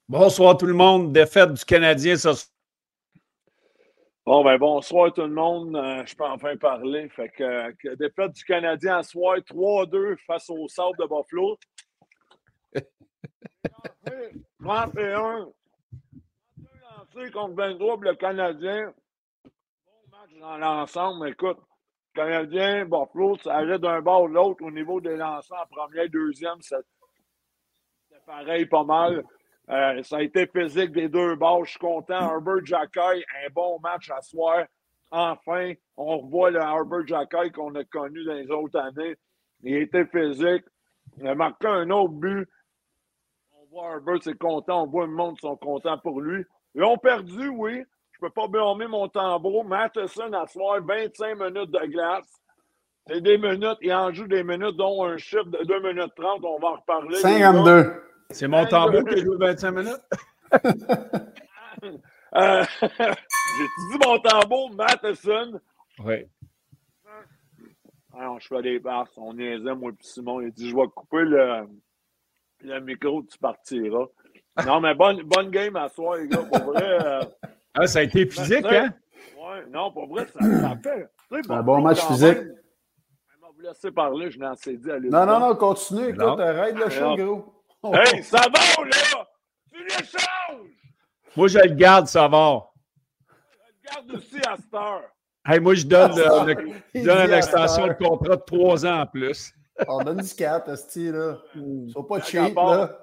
Bonsoir tout le monde. Défaite du Canadien ce soir. Bon, ben bonsoir tout le monde. Je peux enfin parler. Fait que défaite du Canadien à soir, 3-2 face au Sables de Buffalo. 31. Lancé contre 23 pour le Canadien. Bon match dans l'ensemble. Écoute, Canadien, Buffalo, ça allait d'un bord ou de l'autre au niveau des lancers en première, deuxième. C'était pareil pas mal. Ça a été physique des deux bords. Je suis content. Herbert Jacquet, un bon match à soir. Enfin, on revoit le Herbert Jacquet qu'on a connu dans les autres années. Il était physique. Il a marqué un autre but. On voit Herbert, c'est content. On voit le monde qui sont contents pour lui. Ils ont perdu, oui. Je ne peux pas blâmer mon tambour. Matheson, à soir, 25 minutes de glace. C'est des minutes. Il en joue des minutes, dont un chiffre de 2 minutes 30. On va en reparler. 52. C'est mon tambour qui joue 25 minutes. J'ai dit mon tambour, Matheson. Oui. Alors, je fais des passes. On niaisait, moi et Simon. Il dit, je vais couper le micro, tu partiras. Non, mais bonne game à soir, les gars. Pour vrai. Ça a été physique, hein? Oui, non, pour vrai, ça fait. Un bon match physique. On va vous laisser parler, je n'ai assez dit à lui. Non, continue. Écoute, arrête le show, gros. Hey, ça va, là! Tu l'échanges! Moi, je le garde, ça va. Je le garde aussi à cette heure. Hey, moi, je donne une extension de contrat de 3 ans en plus. On donne du 4, Asti, là. Sois pas cheap, là.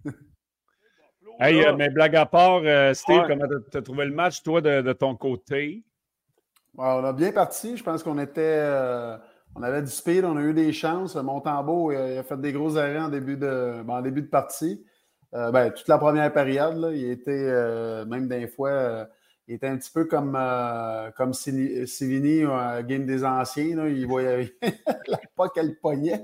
Hey, mais blague à part, Steve, comment tu as trouvé le match, toi, de ton côté? Ouais, on a bien parti. Je pense qu'on était... on avait du speed, on a eu des chances. Montembeault il a fait des gros arrêts en début de partie. Toute la première période, là, il était, même des fois, il était un petit peu comme Sivini à Game des Anciens. Là, il voyait pas qu'elle pognait.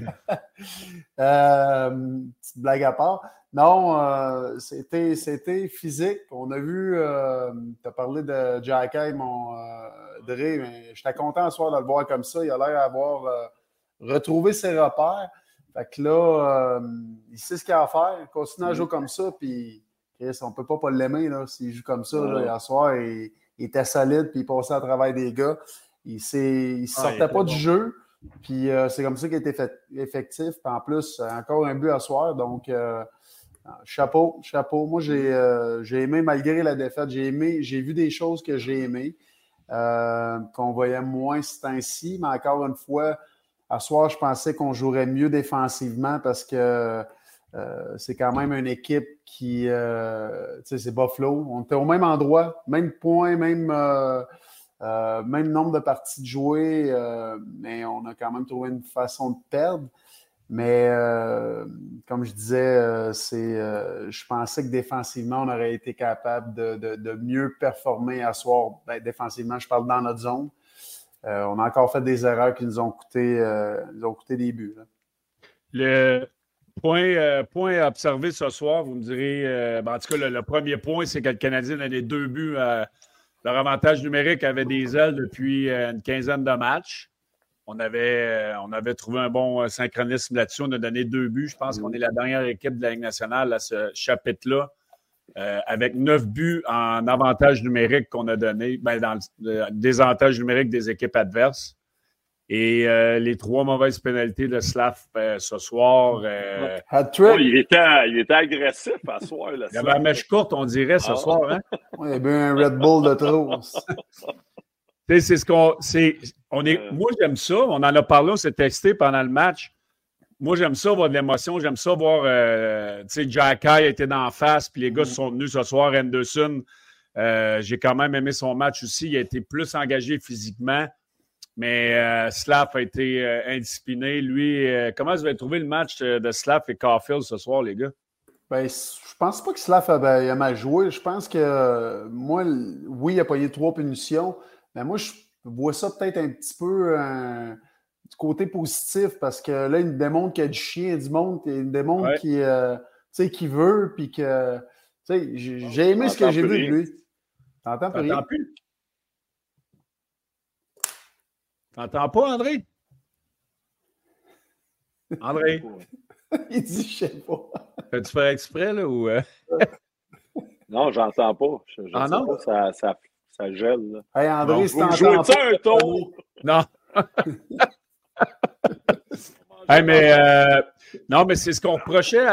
Petite blague à part. Non, c'était physique. On a vu, tu as parlé de Jacquet, mon Dre, mais j'étais content ce soir de le voir comme ça. Il a l'air d'avoir retrouvé ses repères. Fait que là, il sait ce qu'il a à faire. Il continue à jouer comme ça, puis Chris, on ne peut pas l'aimer là, s'il joue comme ça. Là, hier soir, il était solide, puis il passait à travers des gars. Il ne sortait pas du jeu. Puis c'est comme ça qu'il a été effectif. Puis en plus, encore un but à soir. Donc, chapeau. Moi, j'ai aimé, malgré la défaite, j'ai vu des choses que j'ai aimées, qu'on voyait moins ce temps-ci. Mais encore une fois, à soir, je pensais qu'on jouerait mieux défensivement parce que c'est quand même une équipe qui, c'est Buffalo. On était au même endroit, même point, même nombre de parties de jouer, mais on a quand même trouvé une façon de perdre. Mais comme je disais, je pensais que défensivement, on aurait été capable de mieux performer à soir. Défensivement, je parle dans notre zone. On a encore fait des erreurs qui nous ont coûté des buts. Là. Le point à observer ce soir, vous me direz, en tout cas, le premier point, c'est que le Canadien a les 2 buts. Leur avantage numérique avait des ailes depuis une quinzaine de matchs. On avait trouvé un bon synchronisme là-dessus. On a donné 2 buts. Je pense qu'on est la dernière équipe de la Ligue nationale à ce chapitre-là, avec 9 buts en avantage numérique qu'on a donné, dans le désavantage numérique des équipes adverses. Et les 3 mauvaises pénalités de Slav ce soir. Il était agressif à ce soir. Là, il y avait la mèche courte, on dirait, ce soir. Hein? Il y avait un Red Bull de trop. C'est ce qu'on. Moi, j'aime ça. On en a parlé, on s'est texté pendant le match. Moi, j'aime ça, voir de l'émotion. J'aime ça, voir. Jacquet était dans la face, puis les gars se sont venus ce soir. Anderson, j'ai quand même aimé son match aussi. Il a été plus engagé physiquement. Mais Slav a été indiscipliné. Lui, comment vous avez trouvé le match de Slav et Caulfield ce soir, les gars? Je pense pas que Slav a mal joué. Je pense que moi, oui, il a payé 3 punitions. Mais moi, je vois ça peut-être un petit peu du côté positif parce que là, il démontre qu'il y a du chien, du monde, il démontre qu'il veut, puis que j'ai aimé ce que j'ai vu de lui. T'entends plus rien? T'entends pas, André? André? Il dit, je sais pas. Fais-tu faire exprès, là, ou... Non, j'entends pas. Je Ah sais non? pas, ça gèle. Là. Hey, André, Non. si Vous t'entends jouez-tu pas... un tour? Non. Hey, mais non, mais c'est ce qu'on reprochait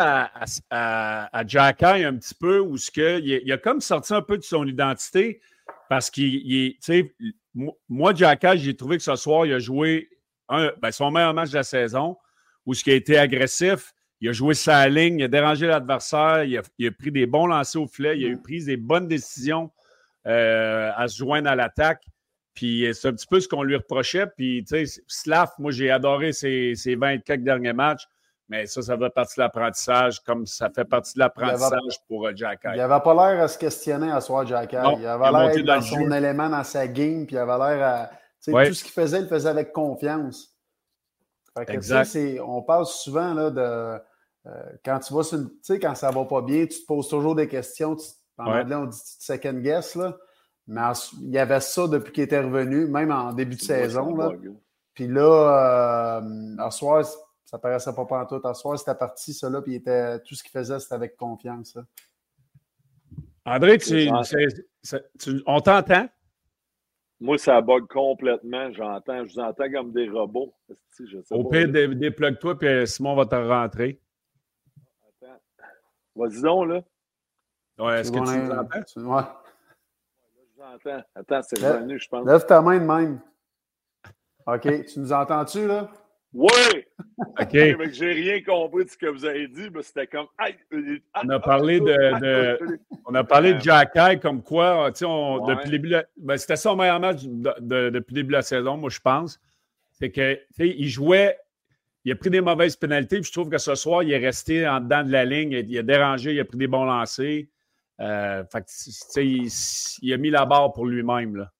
à Jacky un petit peu, où il a comme sorti un peu de son identité, parce tu sais, moi, Jacky, j'ai trouvé que ce soir, il a joué son meilleur match de la saison, où ce qui a été agressif, il a joué sa ligne, il a dérangé l'adversaire, il a pris des bons lancers au filet, il a pris des bonnes décisions à se joindre à l'attaque. Puis c'est un petit peu ce qu'on lui reprochait. Puis, tu sais, Slav, moi, j'ai adoré ses 24 derniers matchs, mais ça fait partie de l'apprentissage, comme ça fait partie de l'apprentissage pour Jacky. Il n'avait pas l'air à se questionner à soir, Jacky. Il avait l'air d'être dans son élément, dans sa game, puis il avait l'air à... Tout ce qu'il faisait, il le faisait avec confiance. Fait que, exact. On parle souvent là, de... quand tu vas sur une... Tu sais, quand ça va pas bien, tu te poses toujours des questions. En anglais, on dit second guess, là. Mais il y avait ça depuis qu'il était revenu, même en début de saison. Là. Puis là, à soir, ça paraissait pas pantoute. À soir, c'était parti, ça là, puis tout ce qu'il faisait, c'était avec confiance. Là. André, on t'entend? Moi, ça bug complètement. Je vous entends comme des robots. Au pire, déplugue-toi, puis Simon va te rentrer. Attends. Vas-y donc, là. Ouais, est-ce que tu nous entends? Ouais. Attends, c'est revenu, je pense. Lève ta main de même. OK. Tu nous entends-tu, là? Oui! OK. Mais j'ai rien compris de ce que vous avez dit, mais c'était comme... On a parlé de Jacky comme quoi, tu sais, depuis le début... c'était son meilleur match depuis le début de la saison, moi, je pense. C'est que, tu sais, il jouait... Il a pris des mauvaises pénalités, puis je trouve que ce soir, il est resté en dedans de la ligne. Il a dérangé, il a pris des bons lancers. Fait que, il a mis la barre pour lui-même. Là.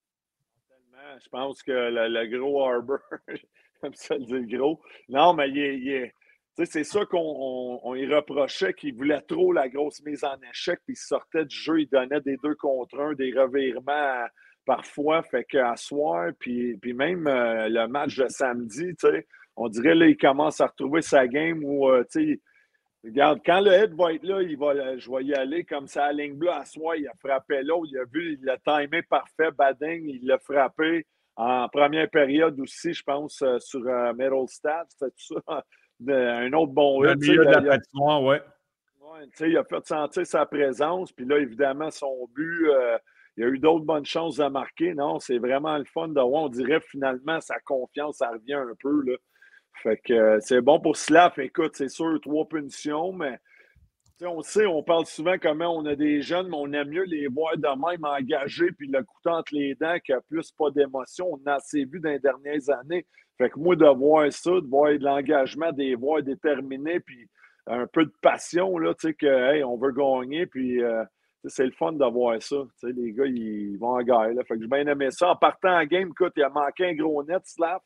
Je pense que le gros Harbour, comme ça le dire gros. Non, mais c'est ça qu'on y reprochait, qu'il voulait trop la grosse mise en échec, puis il sortait du jeu, il donnait des 2 contre 1, des revirements parfois. Fait qu'à soir, puis même le match de samedi, on dirait là, il commence à retrouver sa game où, regarde, quand le hit va être là, je vais y aller comme ça à la ligne bleue. À soir, il a frappé l'autre. Il l'a timé parfait. Bading, il l'a frappé en première période aussi, je pense, sur Middlestad. C'était tout ça. Un autre bon hit. Le milieu de la patinoire, oui. Il a fait sentir sa présence. Puis là, évidemment, son but, il y a eu d'autres bonnes chances de marquer. Non, c'est vraiment le fun de voir. On dirait finalement sa confiance, ça revient un peu, là. Fait que c'est bon pour Slav. Écoute, c'est sûr, 3 punitions, mais on sait, on parle souvent comment on a des jeunes, mais on aime mieux les voir de même engagés puis le couteau entre les dents qu'il n'y a plus pas d'émotion. On a assez vu dans les dernières années. Fait que moi, de voir ça, de voir de l'engagement, de les voir déterminés, puis un peu de passion, là, tu sais, que, hey, on veut gagner, puis c'est le fun de voir ça. Tu sais, les gars, ils vont en guerre, là. Fait que j'ai bien aimé ça. En partant en game, écoute, il a manqué un gros net, Slav.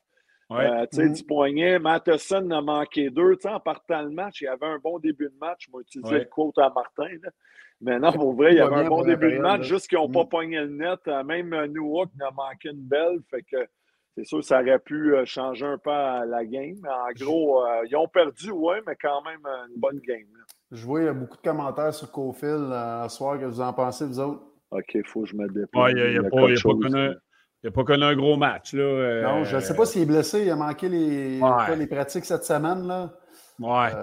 Du poignet, Matheson a manqué 2. En partant le match, il y avait un bon début de match. Moi, tu disais le quote à Martin. Là. Mais non, pour vrai, il y avait un bon début de match, juste qu'ils n'ont pas pogné le net. Même Newhook a manqué une belle. Fait que c'est sûr que ça aurait pu changer un peu la game. Mais en gros, ils ont perdu, mais quand même une bonne game. Là. Je vois, il y a beaucoup de commentaires sur Cofield ce soir. Que vous en pensez, vous autres? OK, il faut que je me déplace. Ouais, il n'a pas connu un gros match. Là. Non, je ne sais pas s'il est blessé. Il a manqué les pratiques cette semaine. Là. Ouais.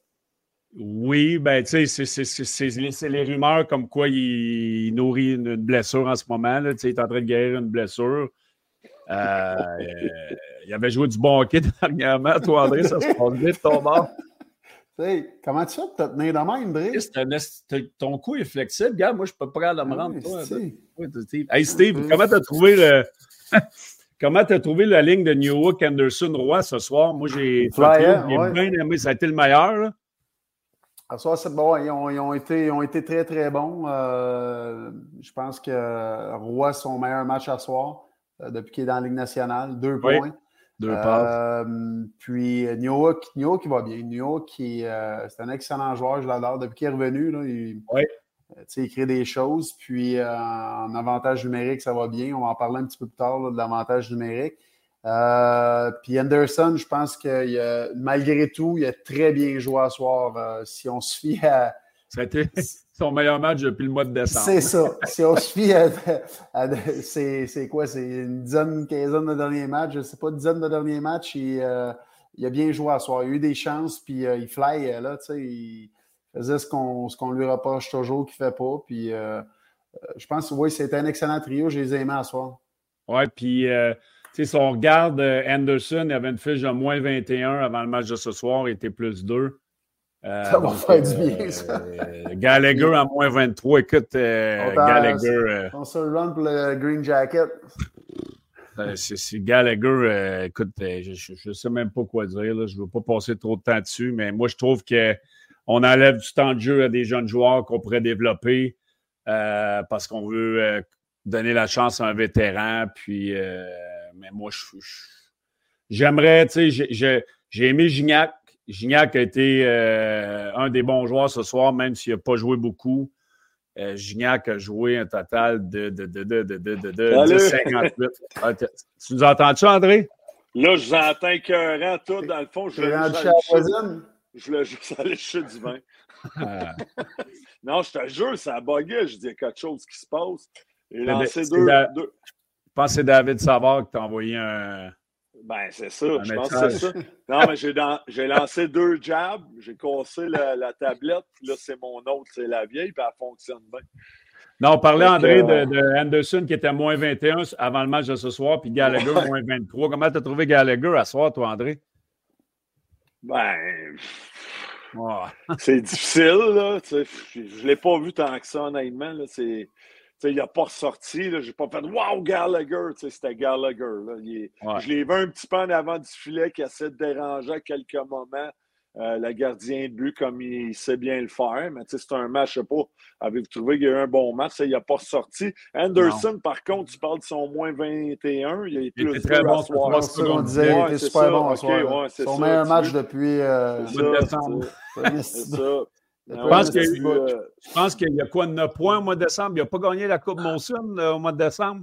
Oui, ben tu sais, c'est les rumeurs comme quoi il nourrit une blessure en ce moment. Là, il est en train de guérir une blessure. Il avait joué du bon hockey dernièrement. Toi, André, ça se passe vite, ton bord. Comment tu fais de te tenir de même, André? Ton cou est flexible. Regarde, moi, je ne peux pas regarder me rendre. Hey, Steve, comment tu as trouvé comment tu as trouvé la ligne de Newhook Anderson Roy ce soir? Moi, j'ai bien aimé. Ça a été le meilleur. Là. Ce soir, c'est bon. Ils ont été très, très bons. Je pense que Roy, son meilleur match à soir depuis qu'il est dans la Ligue nationale. 2 points. 2 passes. Puis Newhook, il va bien. Newhook, c'est un excellent joueur. Je l'adore. Depuis qu'il est revenu, là, il crée des choses. Puis en avantage numérique, ça va bien. On va en parler un petit peu plus tard là, de l'avantage numérique. Puis Anderson, je pense que malgré tout, il a très bien joué à soir. Si on se fie à... Ça a été son meilleur match depuis le mois de décembre. C'est ça. Si on se fie à c'est quoi? C'est une dizaine, quinzaine de derniers matchs. Je ne sais pas, dizaine de derniers matchs. Il a bien joué à soir. Il a eu des chances, puis il fly, là, tu sais. Il faisait ce qu'on lui reproche toujours qu'il ne fait pas. Puis je pense que oui, c'était un excellent trio. Je les ai aimés à soir. Oui, puis si on regarde Anderson, il avait une fiche de moins 21 avant le match de ce soir, il était plus 2. Ça va faire du bien, ça. Gallagher à moins 23. Écoute, Gallagher. On se run pour le Green Jacket. C'est Gallagher. Écoute, je ne sais même pas quoi dire. Là. Je ne veux pas passer trop de temps dessus, mais moi, je trouve qu'on enlève du temps de jeu à des jeunes joueurs qu'on pourrait développer parce qu'on veut donner la chance à un vétéran. Puis, mais moi, j'aimerais, tu sais, j'ai aimé Gignac. Gignac a été un des bons joueurs ce soir, même s'il n'a pas joué beaucoup. Gignac a joué un total de 10,58. Tu nous entends-tu, André? Là, je vous entends écœurant tout. Dans le fond, je voulais juste aller chercher du vin. Non, je te jure, ça a bugué. Je dis, il y a quelque chose qui se passe. J'ai lancé deux. Je pense que c'est David Savard qui t'a envoyé un... Ben, c'est ça. Je pense que c'est ça. Non, mais j'ai lancé 2 jabs. J'ai cassé la tablette. Puis là, c'est mon autre, c'est la vieille. Puis elle fonctionne bien. Non, on parlait, André, de Anderson qui était moins 21 avant le match de ce soir. Puis Gallagher, moins 23. Comment tu as trouvé Gallagher à soir, toi, André? Ben... C'est difficile, là. Je ne l'ai pas vu tant que ça, honnêtement. Là. Il n'a pas ressorti. Je n'ai pas fait « Wow, Gallagher! » C'était Gallagher. Là. Je l'ai vu un petit peu en avant du filet qui essaie de déranger à quelques moments le gardien de but comme il sait bien le faire. Mais c'est un match, je ne sais pas, avez-vous trouvé qu'il y a eu un bon match? Il n'a pas ressorti. Anderson, par contre, tu parles de son moins 21. Il était très bon. C'est ça qu'on disait. Il était super bon à soir. Son meilleur match depuis... décembre. C'est ça. Je pense qu'il y a quoi, 9 points au mois de décembre? Il n'a pas gagné la Coupe Monson au mois de décembre?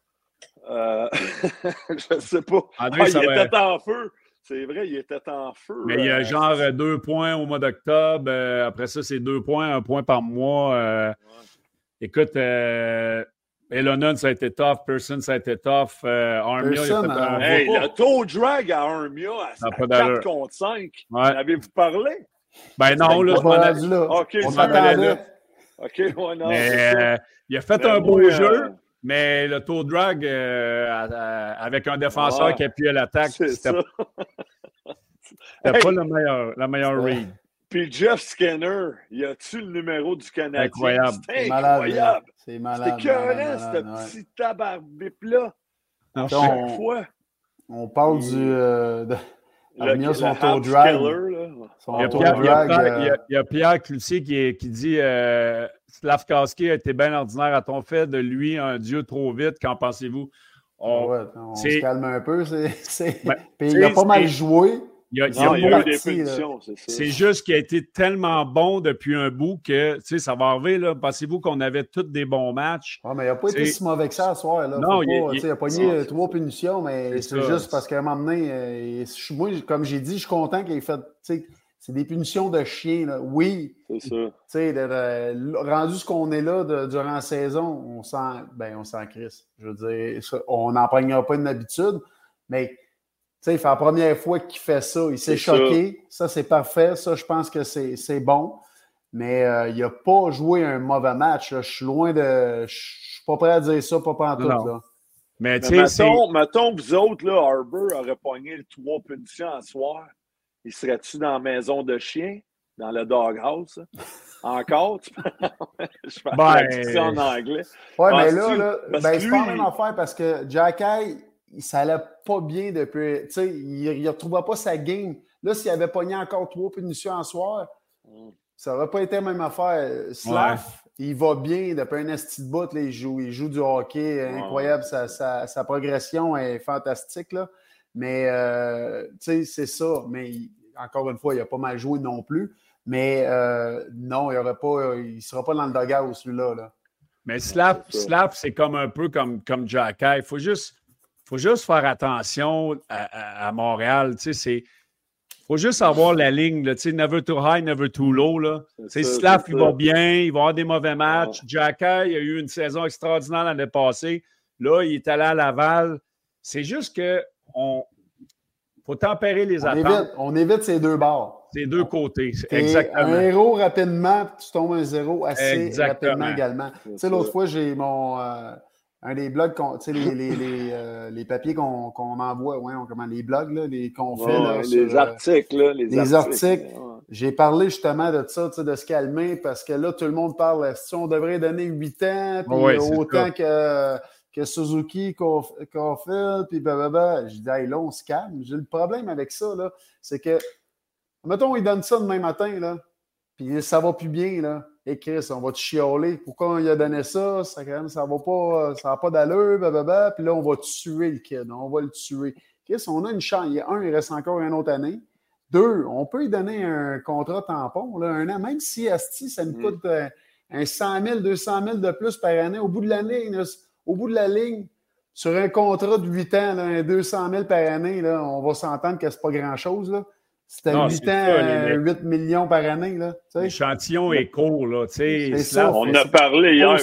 Je ne sais pas. André, il était en feu. C'est vrai, il était en feu. Mais il y a genre 2 points au mois d'octobre. Après ça, c'est 2 points, 1 point par mois. Écoute, Elonen, ça a été tough. Pearson, ça a été tough. Armia, le taux drag à Armia à 4 contre 5. Ouais. En avez-vous parlé? Ben non, là, on s'attendait là. OK, non. Mais il a fait un beau jeu, mais le taux drag avec un défenseur qui appuyait l'attaque, c'était pas la meilleure read. Puis Jeff Skinner, y a-tu le numéro du Canadien? Incroyable. C'est incroyable. C'est malade. C'est écœurant, ce petit tabarbip-là. À chaque fois. On parle Armia, son taux drag. Il y a Pierre Cloutier qui dit Slavkovski a été bien ordinaire. A-t-on fait de lui un dieu trop vite? Qu'en pensez-vous? On se calme un peu. Puis il a pas mal joué. Il y a eu des punitions, c'est ça. C'est juste qu'il a été tellement bon depuis un bout que ça va arriver. Là. Pensez-vous qu'on avait tous des bons matchs? Mais il n'a pas été si mauvais que ça à soir. Là. Non, il a pogné 3 punitions, mais c'est juste parce qu'à un moment donné, moi, comme j'ai dit, je suis content qu'il ait fait. C'est des punitions de chien. Là. Oui. C'est ça. Rendu ce qu'on est là durant la saison, on s'en crisse. Je veux dire, on n'en prendra pas une habitude, mais. Il fait la première fois qu'il fait ça. Il s'est choqué. Ça, c'est parfait. Ça, je pense que c'est bon. Mais il n'a pas joué un mauvais match. Là. Je suis loin de... Je suis pas prêt à dire ça, pas pantoute. Là. Mais mettons que vous autres, là, Harbour aurait pogné le 3 punitions à soir. Il serait-tu dans la maison de chien? Dans le doghouse? Encore? Je parle en anglais. Oui, mais là c'est pas la même affaire parce que Jacky... ça allait pas bien depuis. Tu sais, il ne retrouvait pas sa game. Là, s'il avait pogné encore 3 punitions en soir, ça n'aurait pas été la même affaire. Slav, il va bien depuis un esti de bout. Là, il joue du hockey incroyable. Sa progression est fantastique. Là. Mais, tu sais, c'est ça. Mais encore une fois, il a pas mal joué non plus. Mais non, il ne sera pas dans le dugout, celui-là. Là. Mais Slav, c'est comme un peu comme Jacky. Il faut faut juste faire attention à Montréal. Tu sais, faut juste avoir la ligne, là, tu sais, never too high, never too low. Là. Slav, il va bien, il va avoir des mauvais matchs. Jacka, il a eu une saison extraordinaire l'année passée. Là, il est allé à Laval. C'est juste que faut tempérer les attentes. On évite ces deux bords. Ces deux côtés. Exactement. Un héros rapidement, puis tu tombes un zéro assez rapidement également. Tu sais, l'autre fois, j'ai mon... un des blogs, tu sais, les papiers qu'on envoie, les blogs là, qu'on fait. Là, les articles. Là, les articles. J'ai parlé justement de ça, de se calmer, parce que là, tout le monde parle. Si on devrait donner 8 ans, puis autant que Suzuki, Caulfield, puis blablabla. Je dis, hey, là, on se calme. J'ai le problème avec ça, là, c'est que, mettons, il donne ça demain matin, là, puis ça va plus bien, là. Et Chris, on va te chialer. Pourquoi il a donné ça? Ça va pas d'allure, blablabla. Puis là, on va tuer le kid. On va le tuer. Chris, on a une chance. Il reste encore une autre année. 2, on peut lui donner un contrat tampon, là, 1 an. Même si Asti, ça nous coûte un 100 000, 200 000 de plus par année. Au bout de la ligne, sur un contrat de 8 ans, là, un 200 000 par année, là, on va s'entendre que c'est pas grand-chose, là. C'était 8 ans, 8 millions par année. Là, l'échantillon est court. Là, on a parlé hier,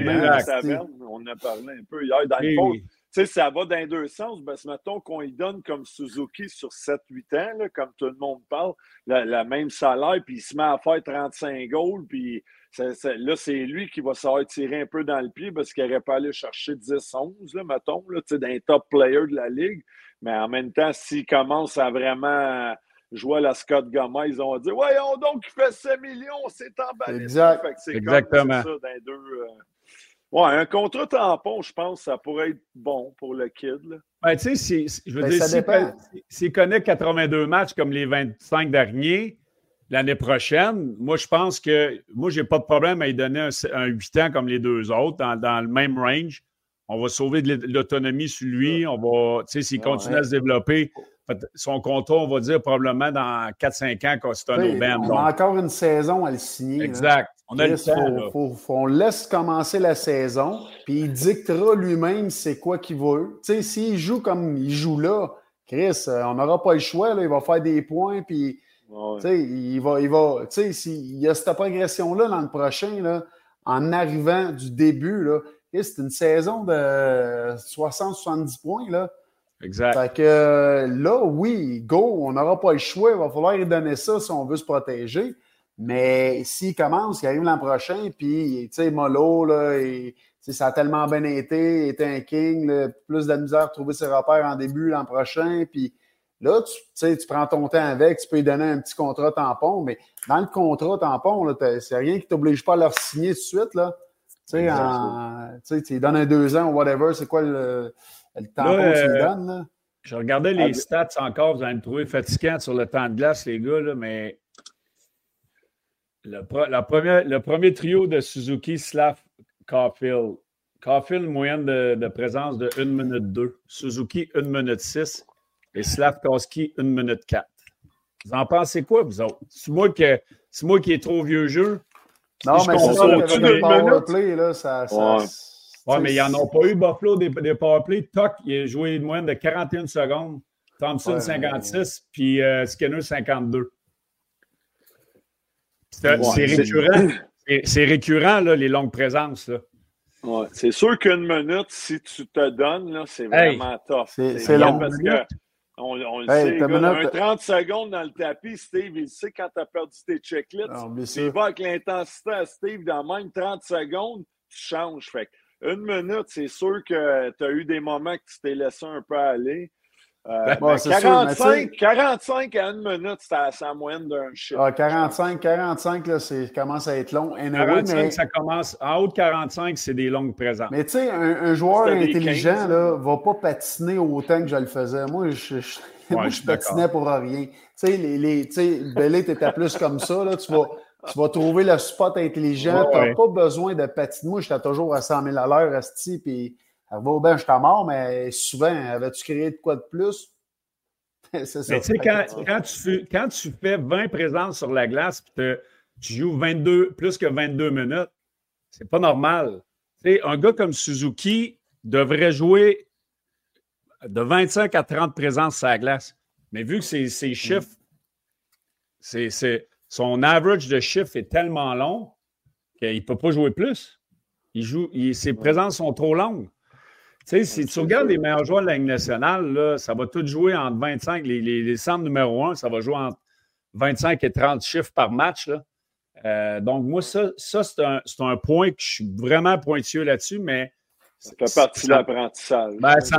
on a parlé un peu hier. Dans le fond, ça va dans les deux sens. Ben, mettons qu'on y donne comme Suzuki sur 7-8 ans, là, comme tout le monde parle, la même salaire, puis il se met à faire 35 goals, puis là, c'est lui qui va savoir tirer un peu dans le pied parce qu'il aurait pas aller chercher 10-11, mettons, là, d'un top player de la Ligue. Mais en même temps, s'il commence à vraiment jouer à la Scott Gomez, ils ont dit « Voyons donc, il fait 7 millions, c'est emballé. » Exact. Exactement. Comme, c'est ça, dans deux... un contrat tampon, je pense, ça pourrait être bon pour le kid. Là. Ben, tu sais, je veux dire, s'il connaît 82 matchs comme les 25 derniers, l'année prochaine, moi, je pense que moi, j'ai pas de problème à lui donner un 8 ans comme les deux autres, dans le même range. On va sauver de l'autonomie sur lui. On va, tu sais, s'il continue à se développer, son contrat, on va dire probablement dans 4-5 ans, c'est un aubaine. On a encore une saison à le signer. Exact. Là. On a le temps. On laisse commencer la saison, puis il dictera lui-même c'est quoi qu'il veut. Tu sais, s'il joue comme il joue là, Chris, on n'aura pas le choix. Là, il va faire des points, puis tu sais, il va tu sais, s'il y a cette progression-là l'an prochain, là, en arrivant du début, là, c'est une saison de 60-70 points, là. Exact. Fait que là, oui, go, on n'aura pas le choix. Il va falloir lui donner ça si on veut se protéger. Mais s'il commence, il arrive l'an prochain, puis, tu sais, Molo, là, ça a tellement bien été, il était un king, là, plus de la misère à trouver ses repères en début l'an prochain, puis là, tu prends ton temps avec, tu peux lui donner un petit contrat tampon, mais dans le contrat tampon, là, c'est rien qui t'oblige pas à leur signer tout de suite, là. Tu sais, tu donnes un 2 ans ou whatever, c'est quoi le tampon que tu lui donnes, là? Je regardais les stats encore, vous allez me trouver fatigant sur le temps de glace, les gars, là, mais le premier trio de Suzuki, Slav, Caulfield. Caulfield, moyenne de présence de 1 minute 2. Suzuki, 1 minute 6. Et Slavkowski, 1 minute 4. Vous en pensez quoi, vous autres? C'est moi qui ai trop vieux jeu. Non, mais c'est ça, le powerplay, là, Oui, mais ils n'en ont pas eu, Buffalo, des powerplays. Tuck, il a joué une moyenne de 41 secondes. Thompson, 56, puis Skinner, 52. C'est récurrent. C'est récurrent, là, les longues présences. Là. Ouais, c'est sûr qu'une minute, si tu te donnes, là, c'est vraiment tough. C'est long. Parce que on le sait, un 30 secondes dans le tapis, Steve, il sait quand tu as perdu tes checklists. Il va avec l'intensité à Steve, dans même 30 secondes, tu changes. Fait une minute, c'est sûr que tu as eu des moments que tu t'es laissé un peu aller. 45 à 1 minute, c'est la moyenne d'un chiffre. 45, là, ça commence à être long. 45, ça commence. En haut de 45, c'est des longues présences. Mais tu sais, un joueur intelligent ne va pas patiner autant que je le faisais. Moi, je patinais pour rien. Tu sais, Belé, tu étais plus comme ça. Là, tu vas trouver le spot intelligent. Tu n'as pas besoin de patiner. Moi, j'étais toujours à 100 000 à l'heure, Asti, puis ben, je suis mort, mais souvent, avais-tu créé de quoi de plus? C'est ça. Mais tu sais, quand tu fais 20 présences sur la glace et tu joues plus que 22 minutes, c'est pas normal. Tu sais, un gars comme Suzuki devrait jouer de 25 à 30 présences sur la glace. Mais vu que ses chiffres, son average de chiffres est tellement long qu'il ne peut pas jouer plus. Ses présences sont trop longues. Tu sais, si tu regardes les meilleurs joueurs de la Ligue nationale, là, ça va tout jouer entre 25. Les centres numéro 1, ça va jouer entre 25 et 30 chiffres par match. Là. Donc, moi, ça c'est un point que je suis vraiment pointueux là-dessus, mais ça fait partie de l'apprentissage. Ben, ça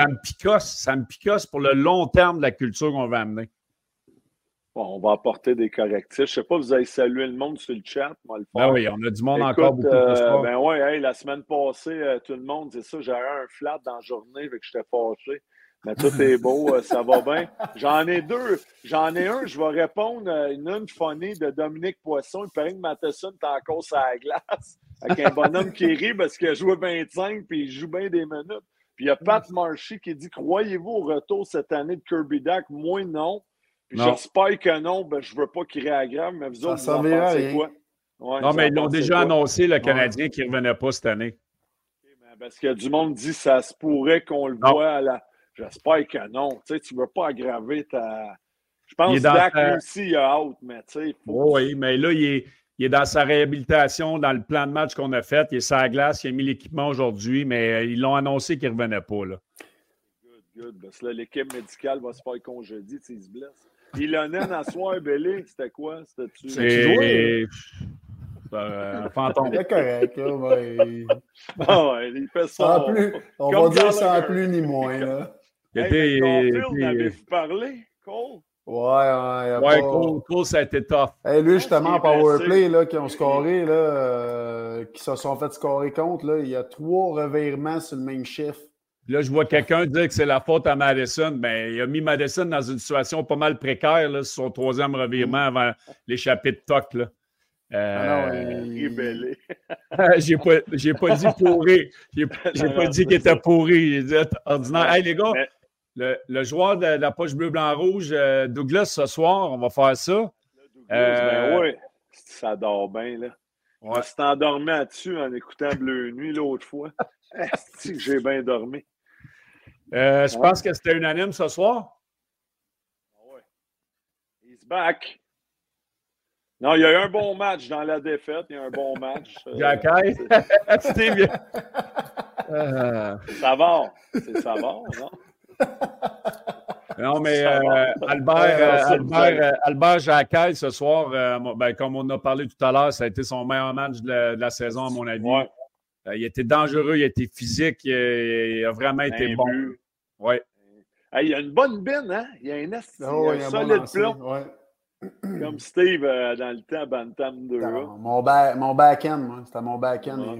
me picosse pour le long terme de la culture qu'on va amener. Bon, on va apporter des correctifs. Je ne sais pas, vous avez salué le monde sur le chat. Moi, le ben oui, on a du monde encore beaucoup plus fort. Ben oui, hey, la semaine passée, tout le monde, c'est ça, j'avais un flat dans la journée, fait que j'étais fâché. Mais tout est beau, ça va bien. J'en ai deux. J'en ai un, je vais répondre à une funny de Dominique Poisson. Il paraît que Matheson est encore sur la glace avec un bonhomme qui rit parce qu'il a joué 25 puis il joue bien des minutes. Puis il y a Pat Marshy qui dit « Croyez-vous au retour cette année de Kirby Dach? » Moi, non. Puis j'espère que non. Ben, je ne veux pas qu'il réaggrave, mais vous autres, vous en pensez quoi? Ouais, non, mais ils l'ont déjà annoncé, le Canadien, qui ne revenait pas cette année. Okay, parce qu'il y a du monde qui dit « Ça se pourrait qu'on le voit à la... » J'espère que non. Tu sais, tu ne veux pas aggraver ta... Je pense que Dak, lui aussi, il a hâte, mais tu sais... Oui, mais là, il est dans sa réhabilitation, dans le plan de match qu'on a fait. Il est sur la glace, il a mis l'équipement aujourd'hui, mais ils l'ont annoncé qu'il ne revenait pas. Là. Good. Parce que là, l'équipe médicale va se faire congédier, tu sais, il se blesse. Ilonen à soir, Bélé, c'était quoi? C'était-tu... C'est un fantôme. C'est correct, là. Mais... Ah ouais, il fait ça. On va dire sans plus ni moins, là. Caulfield, avez-vous parlé, Cole? Ouais, Cole, ça a été tough. Hey, lui, justement, en powerplay, là, qui ont scoré, là, qui se sont fait scorer contre, là, il y a 3 revirements sur le même chiffre. Là, je vois quelqu'un dire que c'est la faute à Madison. Ben, il a mis Madison dans une situation pas mal précaire, là, sur son 3e revirement avant l'échappée de Toc, là. Rébellé. J'ai pas dit pourri. J'ai pas dit qu'il était pourri. J'ai dit ordinaire. Hey, les gars, le joueur de la poche bleu, blanc, rouge, Douglas, ce soir, on va faire ça. Ben oui, ça dort bien, là. Ouais. Je t'endormais là-dessus en écoutant Bleu Nuit l'autre fois. Est-ce que j'ai bien dormi? Je pense que c'était unanime ce soir. Oui. He's back. Non, il y a eu un bon match dans la défaite. Il y a eu un bon match. Jacky. C'était bien. Savard. C'est Savard, non? Non, mais Albert Jacquet, ce soir, comme on a parlé tout à l'heure, ça a été son meilleur match de la saison, à mon avis. Ouais. Il était dangereux, il a été physique, il a vraiment été bon. Ouais. Il y a une bonne bine, hein? Il y a un solide plomb. Ouais. Comme Steve dans le temps, Bantam 2. Mon back-end, moi. C'était mon back-end.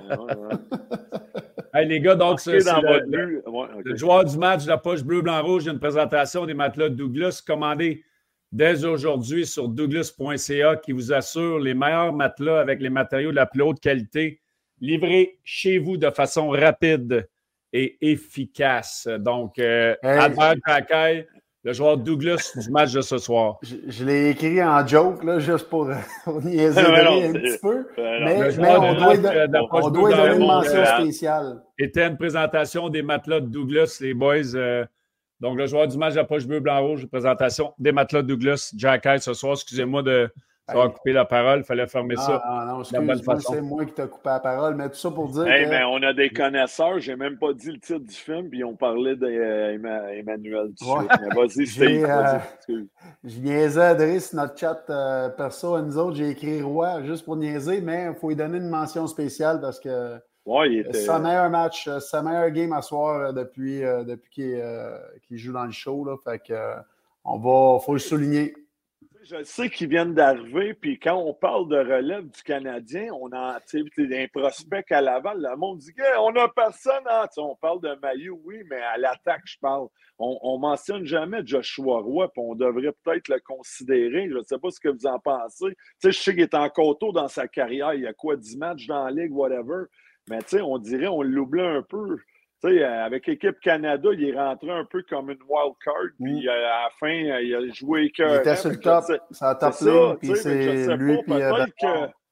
Hey, les gars, donc, c'est le joueur du match de la poche bleu, blanc, rouge. Il y a une présentation des matelas de Douglas commandée dès aujourd'hui sur douglas.ca qui vous assure les meilleurs matelas avec les matériaux de la plus haute qualité livrés chez vous de façon rapide et efficace. Donc, Albert Jacquet, le joueur Douglas du match de ce soir. Je l'ai écrit en joke, là, juste pour niaiser un petit peu. Mais on doit donner une mention spéciale. C'était une présentation des matelas de Douglas, les boys. Donc, le joueur du match de la poche bleu, blanc, rouge, présentation des matelas de Douglas, Jacquet ce soir. Excusez-moi de couper la parole. Il fallait fermer ça. Non, excuse-moi, c'est moi qui t'ai coupé la parole. Mais tout ça pour dire mais on a des connaisseurs. Je n'ai même pas dit le titre du film, puis on parlait d'Emmanuel. Mais vas-y, Steve. Je niaisais Adrien sur notre chat perso à nous autres. J'ai écrit Roy juste pour niaiser, mais il faut lui donner une mention spéciale parce que c'est son meilleur match, sa meilleure game à soir depuis qu'il joue dans le show. Là, fait que faut le souligner. Je sais qu'ils viennent d'arriver, puis quand on parle de relève du Canadien, on a un prospect à Laval, le monde dit on n'a personne. On parle de Mailloux, oui, mais à l'attaque, je parle. On mentionne jamais Joshua Roy, puis on devrait peut-être le considérer. Je ne sais pas ce que vous en pensez. Je sais qu'il est encore tôt dans sa carrière. Il y a 10 matchs dans la Ligue, whatever. Mais on dirait on l'oublie un peu. Avec l'équipe Canada, il est rentré un peu comme une wild card. Puis à la fin, il a joué il était sur le top. Ça a top ligne. Puis c'est lui. Peut-être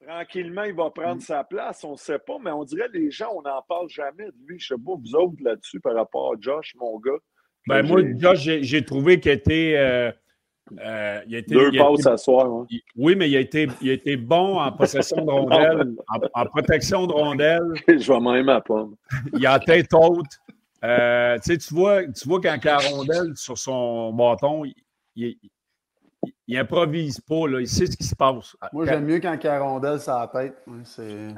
Tranquillement, il va prendre sa place. On ne sait pas, mais on dirait les gens, on n'en parle jamais de lui. Je ne sais pas, vous autres, là-dessus, par rapport à Josh, mon gars. Ben, moi, Josh, j'ai trouvé qu'il était. Deux passes à soir. Hein. Oui, mais il a été bon en possession de rondelles, en protection de rondelles. Je vais même à pomme. Il a tête haute. Tu vois quand il a la rondelle sur son bâton, il improvise pas, là, il sait ce qui se passe. Moi, j'aime mieux quand il y a la rondelle sur la tête. Oui, c'est...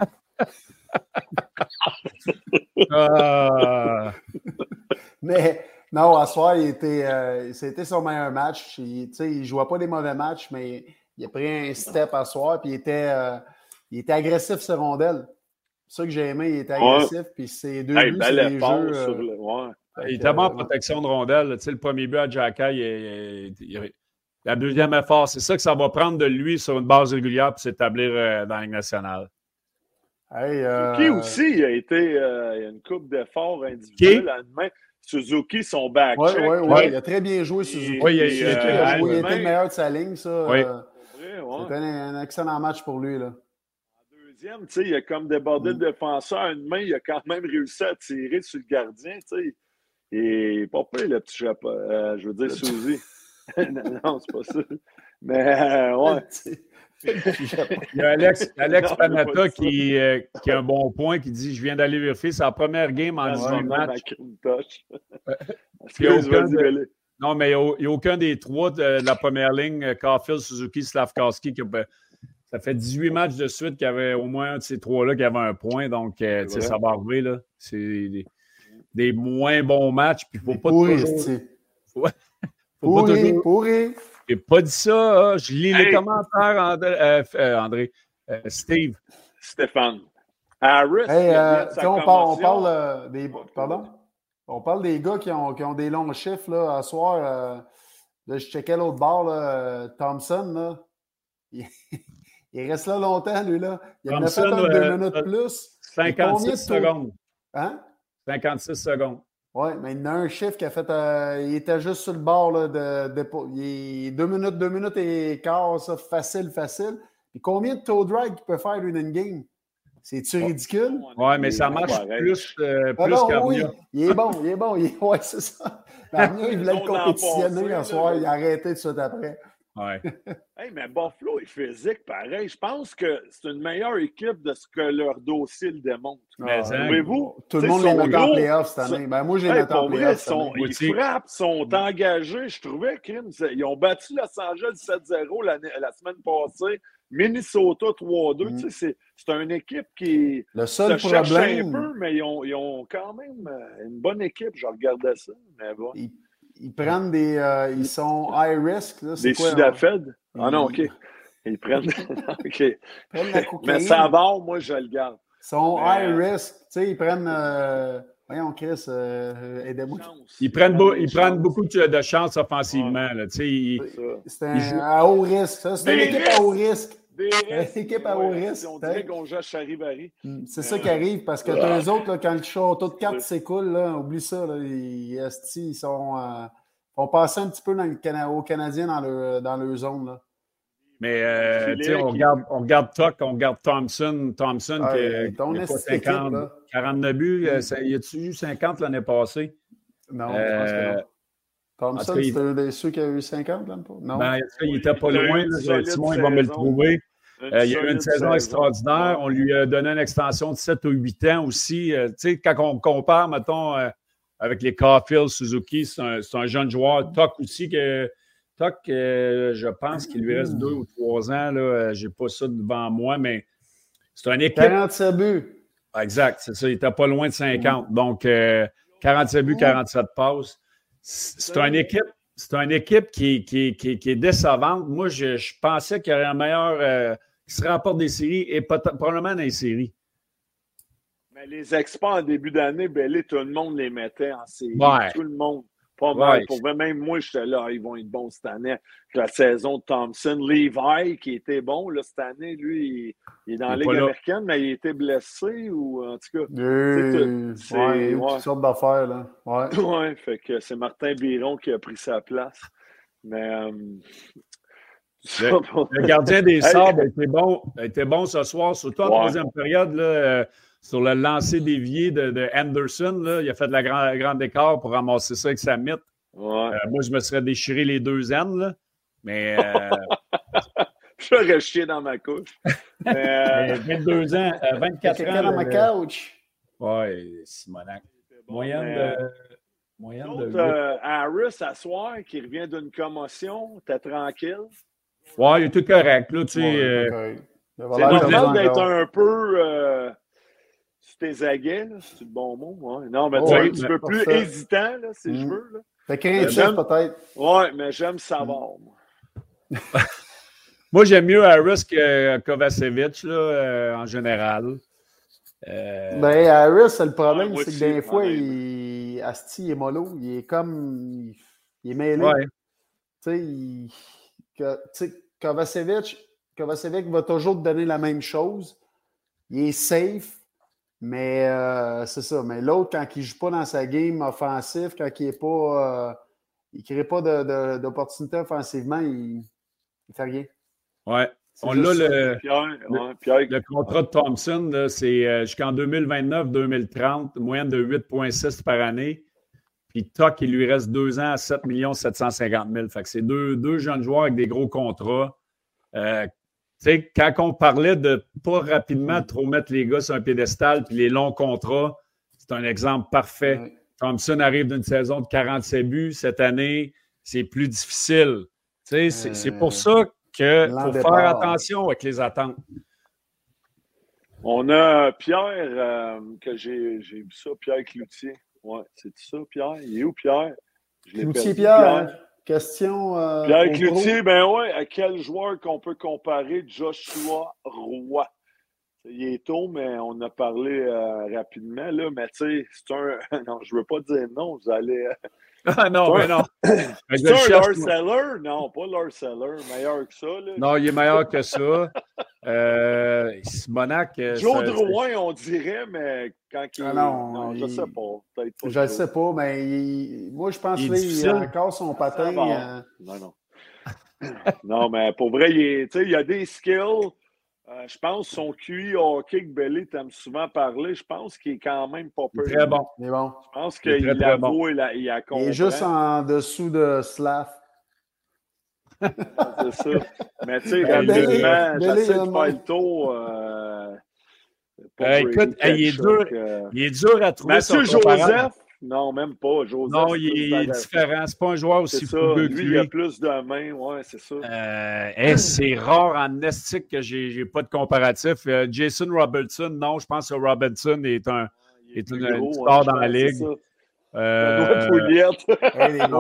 Mais non, à soir, c'était son meilleur match. Il ne jouait pas des mauvais matchs, mais il a pris un step à soir, puis il était agressif sur rondelle. C'est ça que j'ai aimé, il était agressif, puis c'est deux buts, c'est des jeux... Il était bon en protection de rondelle. Le premier but à Jacka, la deuxième effort, c'est ça que ça va prendre de lui sur une base régulière pour s'établir dans la Ligue nationale. Suzuki aussi, il a une coupe d'efforts individuels à une main. Suzuki, son back-check. Oui, il a très bien joué, Suzuki. Oui, il a été le meilleur de sa ligne, ça. Oui. C'était un excellent match pour lui, là. En deuxième, il a comme débordé le défenseur à une main, il a quand même réussi à tirer sur le gardien, Et pas pire, le petit Japon. Je veux dire, Suzy. non, c'est pas ça. Mais, ouais. Il y a Alex Panata qui a un bon point, qui dit « Je viens d'aller vérifier sa première game en 18 matchs. » Non, mais il n'y a aucun des trois de la première ligne, Caulfield, Suzuki, Slavkowski, ça fait 18 matchs de suite qu'il y avait au moins un de ces trois-là qui avait un point. Donc, ça va arriver, là. C'est des moins bons matchs. Puis il ne faut pas toujours... Pourri. J'ai pas dit ça. Je lis les commentaires, André. Steve. Stéphane. Harris. On parle des... Pardon? On parle des gars qui ont des longs chiffres là, à soir. Là, je checkais l'autre bord, là, Thompson. Là. Il reste là longtemps, lui. Là. Il en a fait un 2 minutes plus. 56 secondes. Hein? 56 secondes. Oui, mais il y en a un chiffre qui a fait. Il était juste sur le bord là, il est 2 minutes et quart, ça, facile. Et combien de toe drag il peut faire une game? C'est-tu ridicule? Oui, mais ça marche plus qu'Armia. Oui, il est bon. Oui, c'est ça. Armia, il voulait le compétitionner un soir, il a arrêté tout de suite après. Ouais. Mais Buffalo est physique, pareil. Je pense que c'est une meilleure équipe de ce que leur dossier le démontre. Mais trouvez-vous? Tout le monde les met en playoff cette année. Moi, j'ai les en playoff. Ils frappent, sont engagés. Je trouvais qu'ils ont battu Los Angeles 7-0 la semaine passée. Minnesota 3-2. C'est une équipe qui le seul se cherche problème, un peu, mais ils ont quand même une bonne équipe. Je regardais ça. Mais bon. Ils prennent ils sont high risk. Là, des Sudafed? Ah non, OK. Ils prennent. OK. Ils prennent la cocaïne. Mais ça va, moi, je le garde. Ils sont high risk. Tu sais, ils prennent. Voyons, Chris, aidez-moi. Ils prennent beaucoup de chance offensivement. C'est à haut risque. Ça. C'est une équipe à haut risque. Une équipe à haut risque. On dirait qu'on joue à Charivari. C'est ça qui arrive parce que eux autres, là, quand le château de cartes s'écoule, oublie ça. Là, ils vont passer un petit peu aux Canadiens dans leur zone. Là. Mais on regarde Tuck, on regarde Thompson. Thompson qui a pas 50, 49 buts. Y a-tu eu 50 l'année passée? Non, je pense que non. Thompson, c'était un de ceux qui a eu 50 l'année passée? Non. Il n'était pas loin. Simon, il va me le trouver. Il a eu une saison extraordinaire. On lui a donné une extension de 7 ou 8 ans aussi. Quand on compare, mettons, avec les Caulfield, Suzuki, c'est un jeune joueur. Tuck aussi, je pense qu'il lui reste 2 ou 3 ans. Je n'ai pas ça devant moi, mais c'est une équipe. 47 buts. Exact, c'est ça. Il n'était pas loin de 50. Donc, 47 buts, 47 passes. C'est une équipe qui est décevante. Moi, je pensais qu'il y aurait un meilleur qui se remporte des séries et probablement dans les séries. Mais les experts en début d'année, tout le monde les mettait en série. Ouais. Tout le monde. Pas mal. Pour même moi, j'étais là, ils vont être bons cette année. La saison de Thompson, Levi, qui était bon là, cette année, lui, il est dans la Ligue américaine, mais il était blessé ou en tout cas. C'est toutes sortes d'affaires, là. Ouais, fait que c'est Martin Biron qui a pris sa place. Mais Le gardien des Sabres a été bon ce soir, surtout en troisième période, là, sur le lancer dévié de Anderson. Là, il a fait de la grande écart pour ramasser ça avec sa mythe. Ouais. Moi, je me serais déchiré les deux aines, là, mais... J'aurais chié dans ma couche. Mais 22 ans, 24 ans. Dans ma couch. Oui, Simonac. Moyenne de 8. Harris, à soir, qui revient d'une commotion, t'es tranquille? Oui, il est tout correct. Là, tu sais, c'est normal d'être un peu sur tes aguets, là, c'est le bon mot. Ouais. Non, mais tu es un petit peu plus hésitant, là, si je veux. Là. Fait craintif, peut-être. Oui, mais j'aime savoir, moi. Moi, j'aime mieux Harris que Kovacevic, là, en général. Ben, Harris, le problème, c'est que des fois, Asti, il est mollo. Il est comme... Il est mêlé. Ouais. Tu sais, Kovacevic va toujours te donner la même chose. Il est safe, mais c'est ça. Mais l'autre, quand il ne joue pas dans sa game offensive, quand il n'est pas... il ne crée pas d'opportunité offensivement, il ne fait rien. Oui. On a le contrat de Thompson, là, c'est jusqu'en 2029-2030, moyenne de 8,6 par année. Puis Tuck, il lui reste 2 ans à 7 750 000. Fait que c'est deux jeunes joueurs avec des gros contrats. Tu sais, quand on parlait de pas rapidement trop mettre les gars sur un piédestal puis les longs contrats, c'est un exemple parfait. Ouais. Thompson arrive d'une saison de 47 buts. Cette année, c'est plus difficile. Tu sais, c'est pour ça qu'il faut faire attention avec les attentes. On a Pierre, que j'ai vu ça, Pierre Cloutier. Oui, c'est ça, Pierre? Il est où, Pierre? Cloutier, Pierre. Question. Pierre Cloutier, ben oui, à quel joueur qu'on peut comparer Joshua Roy? Il est tôt, mais on a parlé rapidement, là. Mais tu sais, c'est un. Non, je ne veux pas dire non, vous allez. Ah non, mais non. C'est un Lars Eller? Non, pas Lars Eller. Meilleur que ça. Là. Non, il est meilleur que ça. Simonac. Joe Drouin, on dirait, mais quand il. Non, je ne sais pas. Peut-être pas. Je ne sais pas, mais moi, je pense qu'il a encore son patin. Non. Non, mais pour vrai, il a des skills. Je pense que son QI hockey que Belly t'aime souvent parler, je pense qu'il est quand même pas peu. Très bon. Il est bon. Je pense qu'il avoue, il a compris. Il est juste en dessous de Slav. C'est ça. Mais tu sais, rapidement, j'essaie de faire le tour. Écoute, il est dur à trouver. Mathieu Joseph, non, même pas. Joseph, non, il est différent. C'est pas un joueur aussi fougueux que lui. Il a plus de mains, ouais, c'est ça. C'est rare en estique que j'ai pas de comparatif. Jason Robertson, non, je pense que Robinson est une star dans la ligue. Benoît Pouliette. Hey, les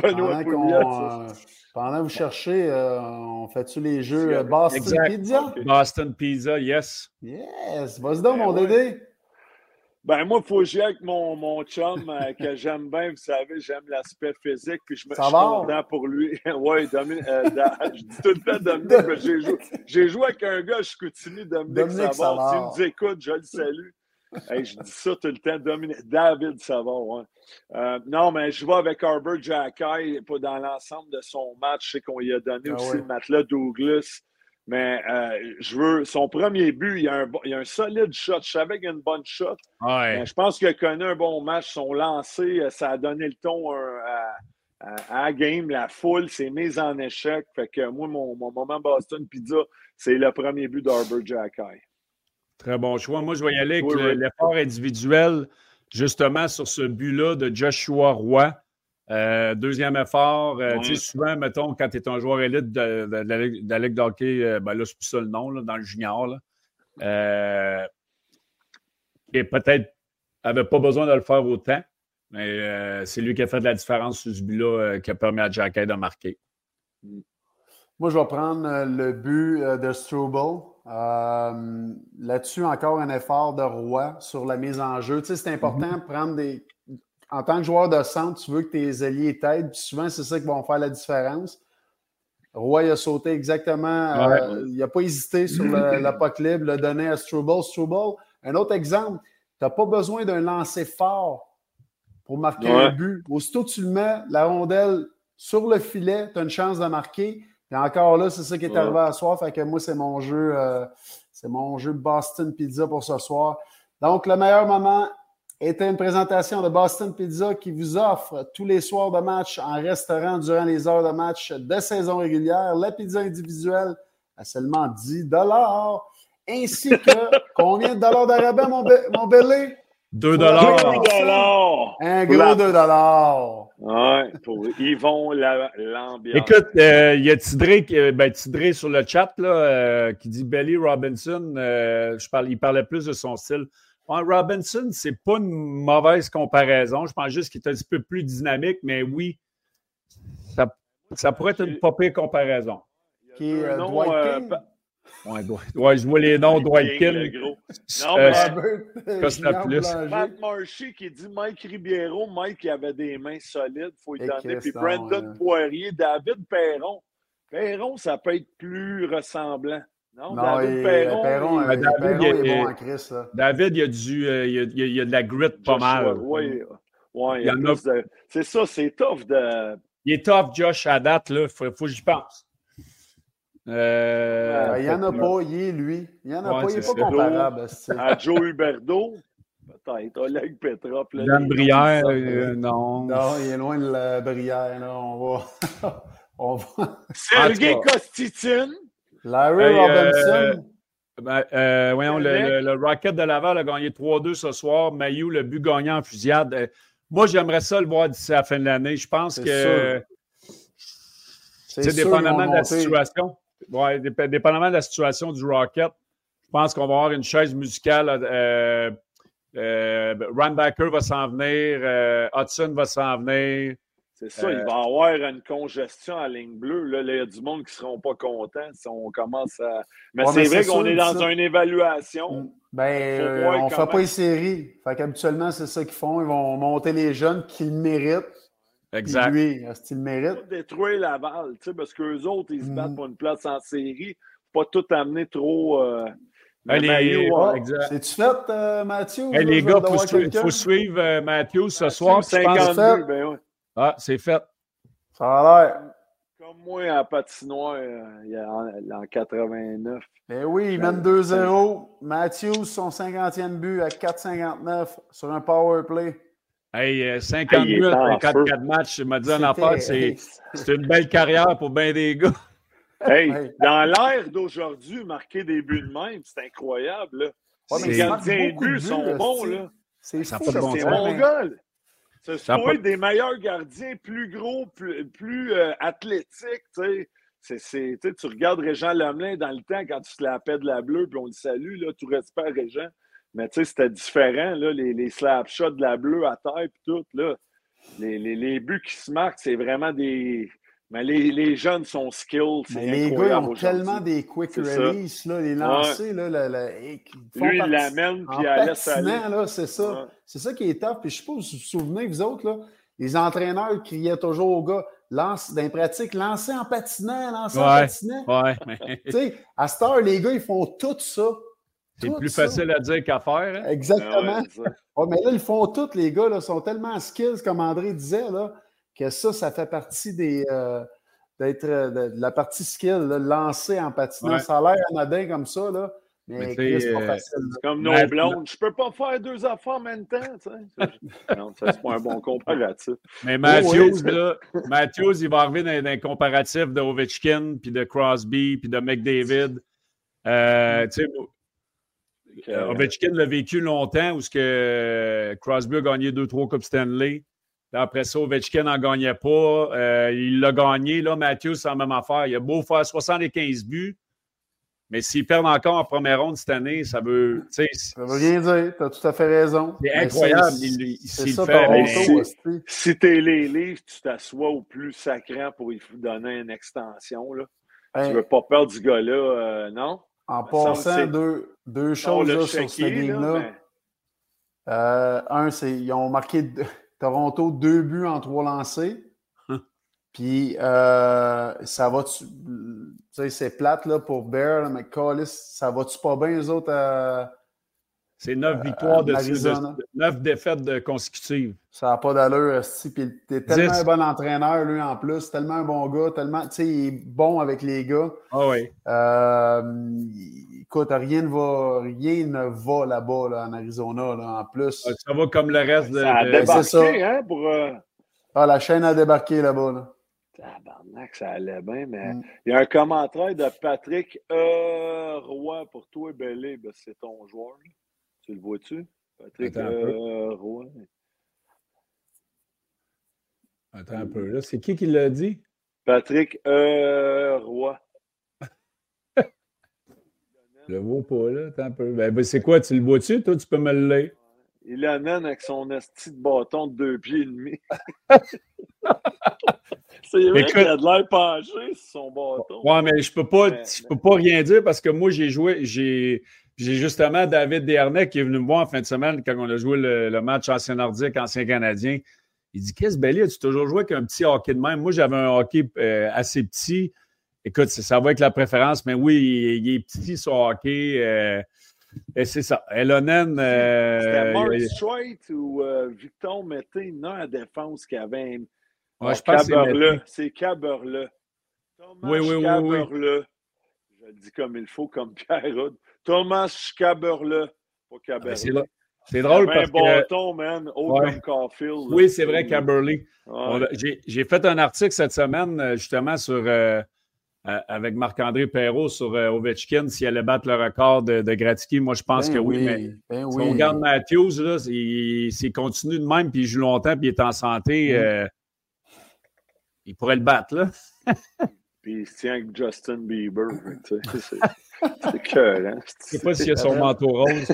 boys, pendant que vous cherchez, on fait-tu les jeux Boston Pizza? Boston Pizza, yes. Yes! Vas-y donc, mon Dédé. Ben, moi, il faut que j'y aille avec mon chum que j'aime bien. Vous savez, j'aime l'aspect physique. Puis je suis content pour lui. Oui, je dis tout le temps Dominique, mais j'ai joué avec un gars à Chicoutimi, Dominique Savard. S'il nous écoute, je le salue. Hey, je dis ça tout le temps, David Savard. Ouais. Non, mais je vais avec Arbor Xhekaj dans l'ensemble de son match. Je sais qu'on lui a donné aussi le matelas Douglas. Mais je veux son premier but, il y a un solide shot. Je savais qu'il y a une bonne shot. Ouais. Mais je pense qu'il a connu un bon match. Son lancer, ça a donné le ton à la game. La foule s'est mise en échec. Fait que moi, mon moment Boston Pizza, c'est le premier but d'Arbor Xhekaj. Très bon choix. Moi, je vais y aller avec l'effort individuel, justement, sur ce but-là de Joshua Roy. Deuxième effort. Tu sais, souvent, mettons, quand tu es un joueur élite de la Ligue d'hockey, ben là, c'est plus ça le nom, là, dans le junior, là. Et peut-être n'avait pas besoin de le faire autant, mais c'est lui qui a fait de la différence sur ce but-là qui a permis à Xhekaj de marquer. Moi, je vais prendre le but de Struble. Là-dessus, encore un effort de Roy sur la mise en jeu. Tu sais, c'est important de prendre des... En tant que joueur de centre, tu veux que tes alliés t'aident, puis souvent, c'est ça qui va faire la différence. Roy a sauté exactement, il n'a pas hésité sur le puck libre, l'a donné à Struble. Struble, un autre exemple, tu n'as pas besoin d'un lancer fort pour marquer un but. Aussitôt que tu le mets, la rondelle sur le filet, tu as une chance de marquer. Puis encore là, c'est ça qui est Ouais. arrivé à soir. Fait que moi, c'est mon jeu Boston Pizza pour ce soir. Donc, le meilleur moment était une présentation de Boston Pizza qui vous offre tous les soirs de match en restaurant durant les heures de match de saison régulière la pizza individuelle à seulement 10 ainsi que combien de dollars de rabais, mon Belé? 2 Pour la dollars. première fois. $2. Un gros 2 Ouais, ils vont l'ambiance. Écoute, il y a Tidré sur le chat là, qui dit Belly Robinson. Il parlait plus de son style. Ouais, Robinson, c'est pas une mauvaise comparaison. Je pense juste qu'il est un petit peu plus dynamique, mais oui, ça pourrait être une pas pire comparaison. Qui est Non, Dwight King. Ouais, je vois les noms Dwight King, King. le gros. Non, mais Costa plus. Matt Marshy qui dit Mike Ribeiro. Mike, il avait des mains solides, il faut lui donner. Puis Christ, Brandon Poirier, David Perron. Perron, ça peut être plus ressemblant. Non, David Perron, il est bon en Chris. David, il y a de la grit pas mal. Oui, il y a c'est ça, c'est tough de... Il est tough, Josh, à date, là. Faut que j'y pense. Il n'y en a pas, il est lui. Il n'y en a pas, il n'est pas comparable. À Joe Huberdeau, peut-être. Oleg Petrov. Dan Brière, non. Non, il est loin de la Brière. Là. On va... Sergei Kostitine. Larry Robinson. Voyons, le Rocket de Laval a gagné 3-2 ce soir. Mailloux, le but gagnant en fusillade. Moi, j'aimerais ça le voir d'ici la fin de l'année. Je pense que c'est dépendamment de la situation. Ouais, dépendamment de la situation du Rocket, je pense qu'on va avoir une chaise musicale. Runbacker va s'en venir. Hudson va s'en venir. C'est ça, il va y avoir une congestion à ligne bleue. Là, il y a du monde qui ne seront pas contents si on commence à... Mais c'est vrai qu'on est dans une évaluation. On ne fait pas les séries. Fait qu'habituellement, c'est ça qu'ils font. Ils vont monter les jeunes qui le méritent. Exact. Puis lui, est-ce qu'il le mérite? Détruire Laval, parce qu'eux autres, ils se battent pour une place en série. Pas tout amener trop... C'est-tu fait, Mathieu? Les gars, il faut suivre Mathieu ce soir. 52, ben oui. Ah, c'est fait. Ça a l'air. Comme moi, à patinoire, en 89. Ben oui, il mène 2-0. Matthews, son 50e but à 4,59 sur un power play. Hey, 50 minutes, 54 matchs, je me dis une affaire, c'est une belle carrière pour bien des gars. Hey, dans l'ère d'aujourd'hui, marquer des buts de même, c'est incroyable. Là. Ouais, les gardiens de but sont bons. Là. C'est fou, c'est mon gars. C'est supposé être des meilleurs gardiens, plus gros, plus athlétiques. Tu regardes Régent Lemelin dans le temps quand tu te la paix de la bleue, puis on le salue, là, tout respect à Régent. Mais c'était différent, là, les slap shots de la bleue à terre, puis tout. Là. Les buts qui se marquent, c'est vraiment des... Mais les jeunes sont skilled, c'est les gars, ils ont tellement des quick release, là, les lancers, là, lui, il l'amène, puis il laisse aller. Là, c'est ça. Ouais. C'est ça qui est tough. Puis je ne sais pas si vous vous souvenez, vous autres, là, les entraîneurs criaient toujours aux gars, dans les pratiques, lancez en patinant, Ouais, tu sais, à cette heure, les gars, ils font tout ça. C'est plus facile à dire qu'à faire. Hein? Exactement. Mais là, ils font tout, les gars, là, sont tellement skills, comme André disait, là, que ça fait partie de la partie skill, là, lancer en patinant. Ouais. Ça a l'air anodin comme ça, là, mais c'est pas facile. C'est comme nos blondes. Je peux pas faire deux affaires en même temps. Non, ça, c'est pas un bon comparatif. Mais Matthews, Matthews, il va arriver dans un comparatif de Ovechkin, puis de Crosby, puis de McDavid. Ovechkin l'a vécu longtemps où Crosby a gagné 2-3 Coupes Stanley. Après ça, Ovechkin n'en gagnait pas. Il l'a gagné. Là, Matthews, c'est la même affaire. Il a beau faire 75 buts, mais s'il perd encore en première ronde cette année, ça veut... Ça veut rien dire. Tu as tout à fait raison. C'est incroyable. C'est ça, fait. Si tu es les livres, tu t'assois au plus sacrant pour lui donner une extension. Là. Tu ne veux pas perdre du gars-là, non? En passant, deux choses là, sur ce game-là. Un, c'est ils ont marqué... Toronto, 2 buts en 3 lancés. Puis, ça va... Tu sais, c'est plate là, pour Bear, là, mais Callis, ça va-tu pas bien, eux autres, C'est 9 victoires de 9 défaites consécutives. Ça n'a pas d'allure, Esti. Puis t'es tellement un bon entraîneur, lui, en plus. Tellement un bon gars. Tellement, tu sais, il est bon avec les gars. Ah oui. Écoute, rien ne va là-bas, là, en Arizona, là, en plus. Ça va comme le reste de... Ça a débarqué, hein, pour... la chaîne a débarqué là-bas, là. Tabarnak, ça allait bien, mais il y a un commentaire de Patrick Roy pour toi, Bellé. Ben, c'est ton joueur. Là. Tu le vois-tu? Patrick Roy. Attends un peu. Là, c'est qui l'a dit? Patrick Roy. Je le vois pas, là. Attends un peu. Ben, c'est quoi? Tu le vois-tu? Toi, tu peux me le lire. Il l'amène avec son esti de bâton de 2 pieds et demi. C'est vrai qu'il a de l'air penché sur son bâton. Ouais, mais je peux pas rien dire parce que moi, j'ai justement David Desharnais qui est venu me voir en fin de semaine quand on a joué le match ancien nordique, ancien canadien. Il dit, qu'est-ce Belly, as-tu toujours joué avec un petit hockey de même? Moi, j'avais un hockey assez petit. Écoute, ça va avec la préférence, mais oui, il est petit, son hockey. Et c'est ça. Elonen. C'était Mark Strait ou Victor Mété, non, à défense qui avait un. Je pense que c'est Caberle. Thomas oui. Caberle. Je le dis comme il faut, comme Pierre Houd. Thomas Caberle. Pas Caberle. C'est drôle parce que... un bâton, man, comme Caulfield. Oui, c'est vrai, Caberle. Ouais. J'ai fait un article cette semaine, justement, sur... avec Marc-André Perrault sur Ovechkin, s'il allait battre le record de Gretzky. Moi, je pense que oui, mais si on regarde Matthews, là, s'il continue de même, puis il joue longtemps, puis il est en santé, il pourrait le battre, là. Puis il se tient avec Justin Bieber. C'est cœur, hein? Je ne sais pas s'il a son manteau rose.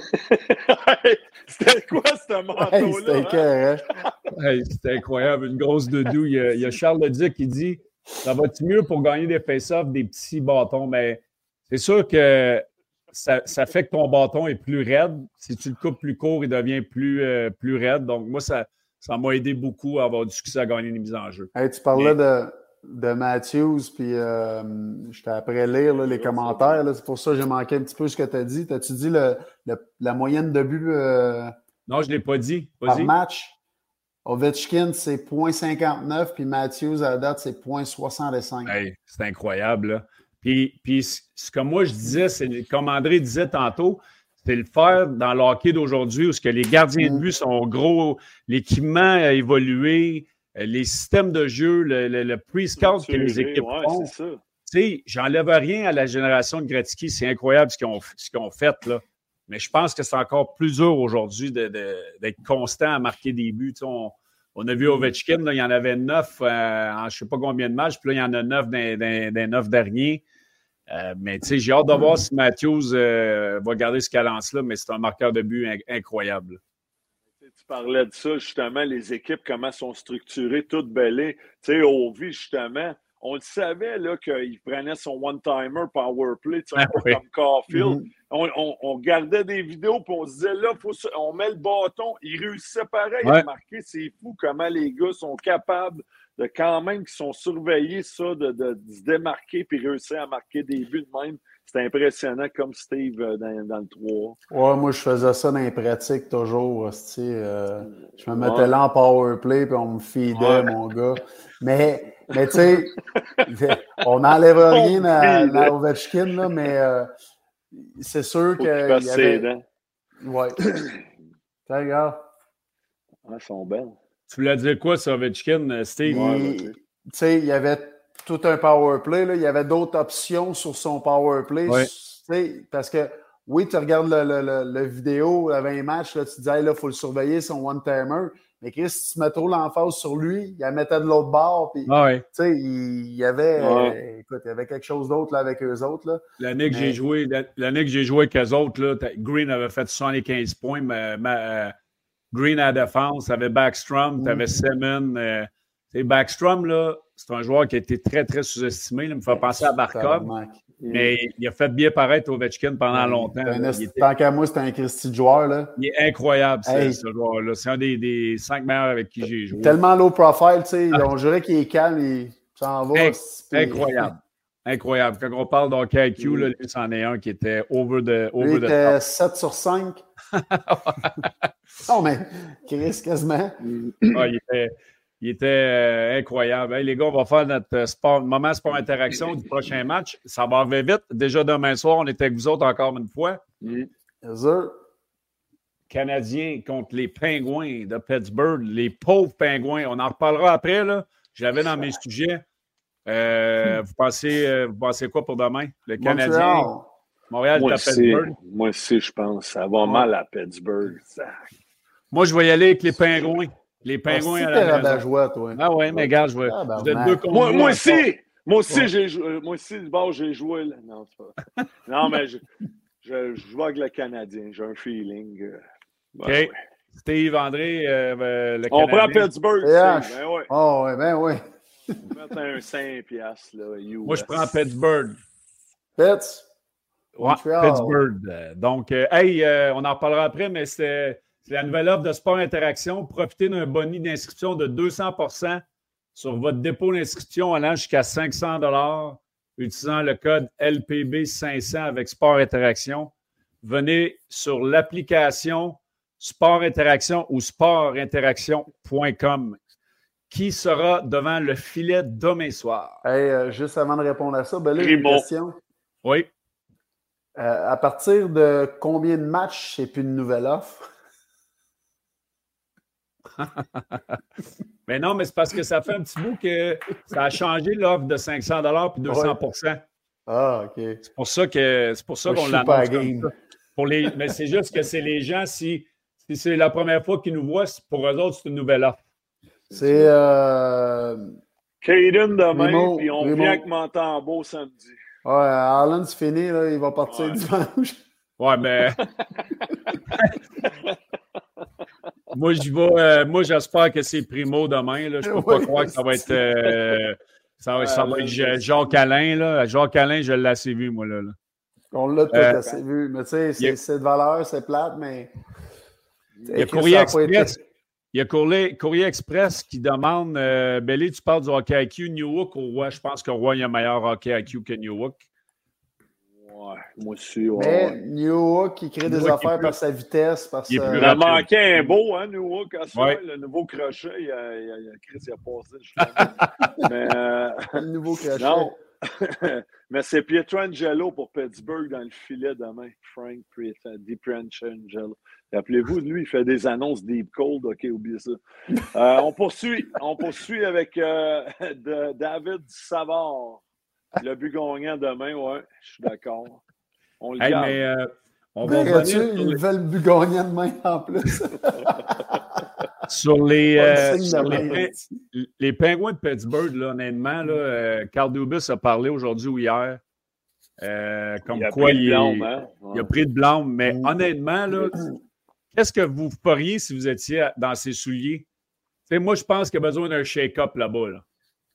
C'était quoi, ce manteau-là? C'était incroyable, une grosse doudou. Il y a Charles Leduc qui dit... Ça va-tu mieux pour gagner des face-offs, des petits bâtons? Mais c'est sûr que ça fait que ton bâton est plus raide. Si tu le coupes plus court, il devient plus raide. Donc, moi, ça m'a aidé beaucoup à avoir du succès à gagner des mises en jeu. Hey, tu parlais de Matthews, puis j'étais après lire là, les commentaires. Là, c'est pour ça que j'ai manqué un petit peu ce que tu as dit. T'as-tu dit la moyenne de buts non, je ne l'ai pas dit. Par match? Ovechkin, c'est 0.59, puis Matthews, à la date, c'est 0.65. Hey, c'est incroyable. Là. Puis ce que moi, je disais, c'est comme André disait tantôt, c'est le faire dans le hockey d'aujourd'hui où ce que les gardiens de but sont gros, l'équipement a évolué, les systèmes de jeu, le pre-scout que les équipes font. Tu sais, j'enlève rien à la génération de Gretzky. C'est incroyable ce qu'ils ont fait, là. Mais je pense que c'est encore plus dur aujourd'hui d'être constant à marquer des buts. On a vu Ovechkin, là, il y en avait 9 en je ne sais pas combien de matchs, puis là, il y en a 9 dans 9 derniers. Mais j'ai hâte de voir si Matthews va garder ce cadence-là, mais c'est un marqueur de but incroyable. Tu parlais de ça, justement, les équipes, comment sont structurées, toutes bellées. Tu sais, Ovi, justement, on le savait là, qu'il prenait son one-timer power play, un peu comme Caulfield. On regardait des vidéos et on se disait là, on met le bâton. Il réussissait pareil à marquer. C'est fou comment les gars sont capables de quand même, qui sont surveillés, ça, de se démarquer et réussir à marquer des buts de même. C'est impressionnant comme Steve dans le 3. Ouais, moi, je faisais ça dans les pratiques toujours. Je me mettais là en power play puis on me feedait, mon gars. Mais tu sais, on n'enlève rien à Ovechkin, là, mais c'est sûr qu'il y avait... Ouais. Regarde. Elles sont belles. Tu voulais dire quoi sur Ovechkin, Steve? Tu sais, il y avait tout un power play. Là. Il y avait d'autres options sur son power play. Ouais. Parce que, oui, tu regardes le vidéo avant les matchs, là, tu te dis, hey, là, il faut le surveiller, son one-timer. Mais Chris, si tu mets trop l'emphase sur lui, il la mettait de l'autre bord. Puis, il y avait écoute, il y avait quelque chose d'autre là, avec eux autres. Là. L'année que j'ai joué avec eux autres, là, Green avait fait 75 points. Green à la défense, tu avais Backstrom, tu avais Semin. Backstrom, là, c'est un joueur qui a été très, très sous-estimé. Il me fait penser à Barkov. Mais il a fait bien paraître Ovechkin pendant longtemps. Tant qu'à moi, c'était un Christy de joueur. Là. Il est incroyable, ce joueur-là. C'est un des 5 meilleurs avec qui j'ai joué. Tellement low profile, tu sais. On dirait qu'il est calme, il s'en va. Incroyable. Incroyable. Quand on parle d'hockey IQ, là, lui, c'en est un qui était over the Lui, il était top. 7 sur 5. Non, mais Chris, quasiment. Ah, il était incroyable. Hey, les gars, on va faire notre moment sport interaction du prochain match. Ça va arriver vite. Déjà demain soir, on était avec vous autres encore une fois. Yes, sir. Canadiens contre les Pingouins de Pittsburgh. Les pauvres Pingouins. On en reparlera après, là. Je l'avais dans mes sujets. Vous pensez quoi pour demain? Le Canadien, Montréal Moi à Pittsburgh. Moi aussi, je pense. Ça va mal à Pittsburgh. Moi, je vais y aller avec les Pingouins. Les Pingouins à la maison. Toi. Ah ouais, mais gars, je vais deux contre moi aussi! Moi aussi, j'ai joué. Là. Non, c'est pas. Non, mais je joue avec le Canadien. J'ai un feeling. OK. Ouais. Steve, André, le Canadien. On prend Pittsburgh. Ben oui. Oh, oui, ben oui. On met un 5$, là, US. Moi, je prends Pittsburgh. Ouais, Pittsburgh. Donc, on en reparlera après, mais c'est la nouvelle offre de Sport Interaction. Profitez d'un boni d'inscription de 200% sur votre dépôt d'inscription allant jusqu'à 500 $ utilisant le code LPB500 avec Sport Interaction. Venez sur l'application Sport Interaction ou sportinteraction.com. Qui sera devant le filet demain soir? Hey, juste avant de répondre à ça, ben là, une question. Oui. À partir de combien de matchs c'est plus une nouvelle offre? Mais non, mais c'est parce que ça fait un petit bout que ça a changé l'offre de 500 $ puis 200%. Ouais. Ah, OK. C'est pour ça qu'on l'annonce comme ça. Mais c'est juste que c'est les gens, si c'est la première fois qu'ils nous voient, pour eux autres, c'est une nouvelle offre. C'est Caden demain, puis on vient avec Montembeau samedi. Ouais, Arlen, c'est fini, là, il va partir dimanche. Ouais, mais... moi, j'espère que c'est Primo demain. Là. Je ne peux pas croire que ça va être... ça va être Jacques Alain. Là. Jacques Alain, je l'ai assez vu, moi. Là. On l'a tout assez vu. Mais tu sais, c'est de valeur, c'est plate, mais... Il y a Courrier Express. Il y a Courrier Express qui demande Belly, tu parles du hockey IQ Newhook ou Roy? Je pense que Roy a un meilleur hockey IQ que Newhook. Ouais, moi aussi. Ouais. Mais Newhook, il crée des affaires par sa vitesse. Il a manqué un beau, hein, Newhook, à soir. Le nouveau crochet, Chris, il a passé. Mais, le nouveau crochet. Non. Mais c'est Pietrangelo pour Pittsburgh dans le filet demain. Frank Pietrangelo. Rappelez-vous, lui, il fait des annonces deep cold. OK, oubliez ça. On poursuit avec David Savard. Le but gagnant demain, ouais, je suis d'accord. On le garde. Mais, on va revenir une nouvelle but gagnant demain en plus. Sur les Pingouins de Pittsburgh, là, honnêtement, Carl Dubas a parlé aujourd'hui ou hier. Comme quoi il a pris de blâme. Mais honnêtement, là, qu'est-ce que vous feriez si vous étiez dans ses souliers? T'sais, moi, je pense qu'il y a besoin d'un shake-up là-bas. Là.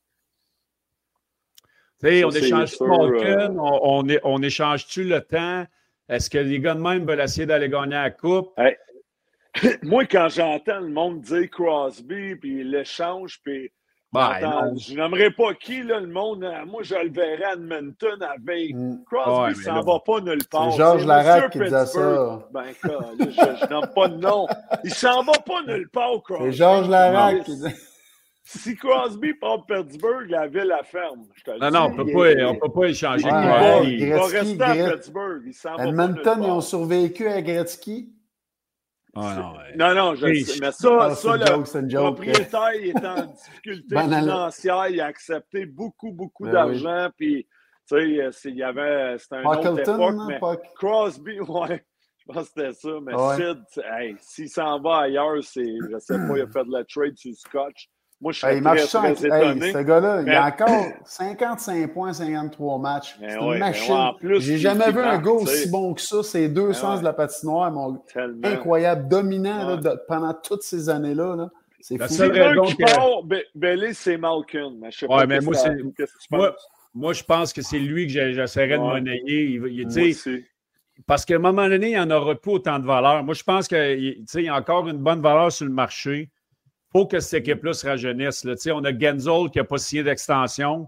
On échange Malkin, on échange-tu le temps? Est-ce que les gars de même veulent essayer d'aller gagner la coupe? Hey. Moi, quand j'entends le monde dire Crosby, puis l'échange, puis je n'aimerais pas qui, là, le monde. Moi, je le verrais à Edmonton avec Crosby, ça s'en va pas nulle part. C'est Georges Larac qui disait ça. Ben, je nomme pas de nom. Il s'en va pas nulle part, Crosby. C'est Georges Larac qui dit. Si Crosby part de Pittsburgh, la ville la ferme. Non, on ne peut pas échanger. Il va rester à Pittsburgh. Edmonton, ils ont survécu à Gretzky. Non, je sais. Mais ça, le propriétaire est en difficulté financière. Il a accepté beaucoup d'argent. Puis, tu sais, c'était une autre époque. Mais Crosby, ouais, je pense que c'était ça. Mais Sid, s'il s'en va ailleurs, je ne sais pas, il a fait de la trade sur Scotch. Moi, je suis très étonné. Ce gars-là, il a encore 55 points, 53 matchs. C'est une machine. J'ai jamais vu un gars aussi bon que ça. C'est deux sens de la patinoire, incroyable, dominant pendant toutes ces années-là. Là. C'est fou. La seule raison qui part, Belly, c'est Malkin. Mais je sais pas qu'est-ce que tu penses. Moi, je pense que c'est lui que j'essaierais de monnayer. Parce qu'à un moment donné, il n'y en aura plus autant de valeur. Moi, je pense qu'il y a encore une bonne valeur sur le marché. Il faut que cette équipe-là se rajeunisse. Là. On a Genzel qui n'a pas signé d'extension.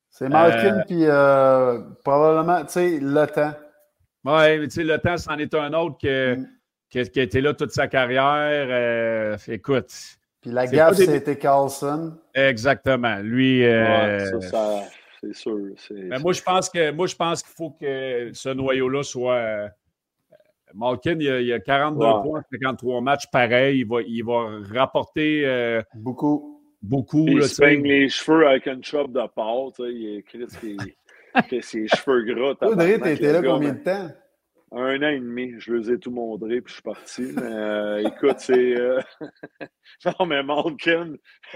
C'est Malkin, puis probablement, tu sais, le temps. Oui, mais tu sais, le temps, c'en est un autre qui a été là toute sa carrière. Écoute. Puis la gaffe, c'était Carlson. Exactement. Lui. Ça, c'est sûr. Moi, je pense qu'il faut que ce noyau-là soit. Malkin, il a 42 points, 53 matchs, pareil. Il va rapporter beaucoup. Puis il se peigne les cheveux avec une chope de porc. Il est Chris qui fait ses cheveux gras. Audrey, t'étais là combien de temps? 1 an et demi. Je les ai tout montré, puis je suis parti. Mais écoute, c'est... Non, mais Malkin,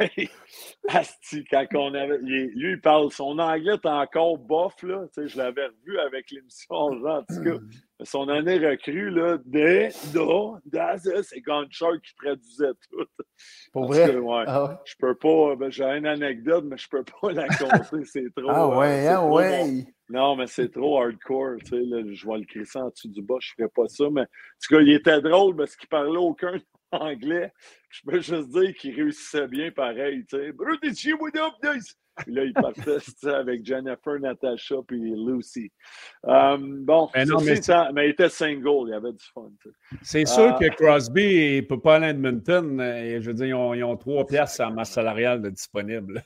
asti, quand on avait... Lui, il parle... Son anglais est encore bof, là. Tu sais, je l'avais revu avec l'émission en tout cas. Son année recrue, là, c'est Gunshard qui traduisait tout. Pour vrai? Que, ouais, je peux pas... j'ai une anecdote, mais je peux pas la compter. C'est trop... ouais. Non, mais c'est trop hardcore, tu sais, là, je vais le crisser en dessous du bas, je ferais pas ça, mais en tout cas, il était drôle parce qu'il parlait aucun anglais. Je peux juste dire qu'il réussissait bien pareil, tu sais. Brutici, what up, guys? Puis là, il partait avec Jennifer, Natasha puis Lucy. Bon, mais il était single, il y avait du fun. C'est sûr que Crosby ne peut pas aller à Edmonton. Je veux dire, ils ont 3 places en masse salariale de disponibles.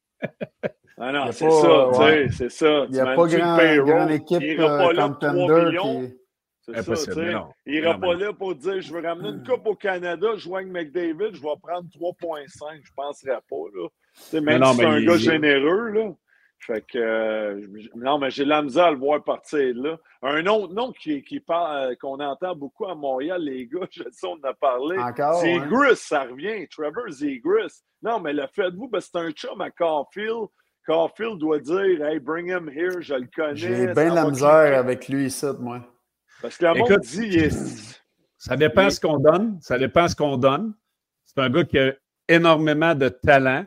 Ah non, c'est ça, tu sais, c'est ça. Il n'y a pas grande équipe contender qui... C'est ça, tu sais. Il n'ira pas là pour dire « Je veux ramener une coupe au Canada, jouer avec McDavid, je vais prendre 3,5. » Je ne penserais pas, là. Même si c'est un gars généreux, là. Fait que... non, mais j'ai de la misère à le voir partir là. Un autre nom qu'on entend beaucoup à Montréal, les gars, je sais, on en a parlé. Zegras, ça revient. Trevor Zegras. Non, mais le faites-vous, c'est un chum à Caulfield. Caulfield doit dire « Hey, bring him here, je le connais. » J'ai bien la misère avec lui ici, moi. Parce que le monde dit... Ça dépend ce qu'on donne. Ça dépend ce qu'on donne. C'est un gars qui a énormément de talent.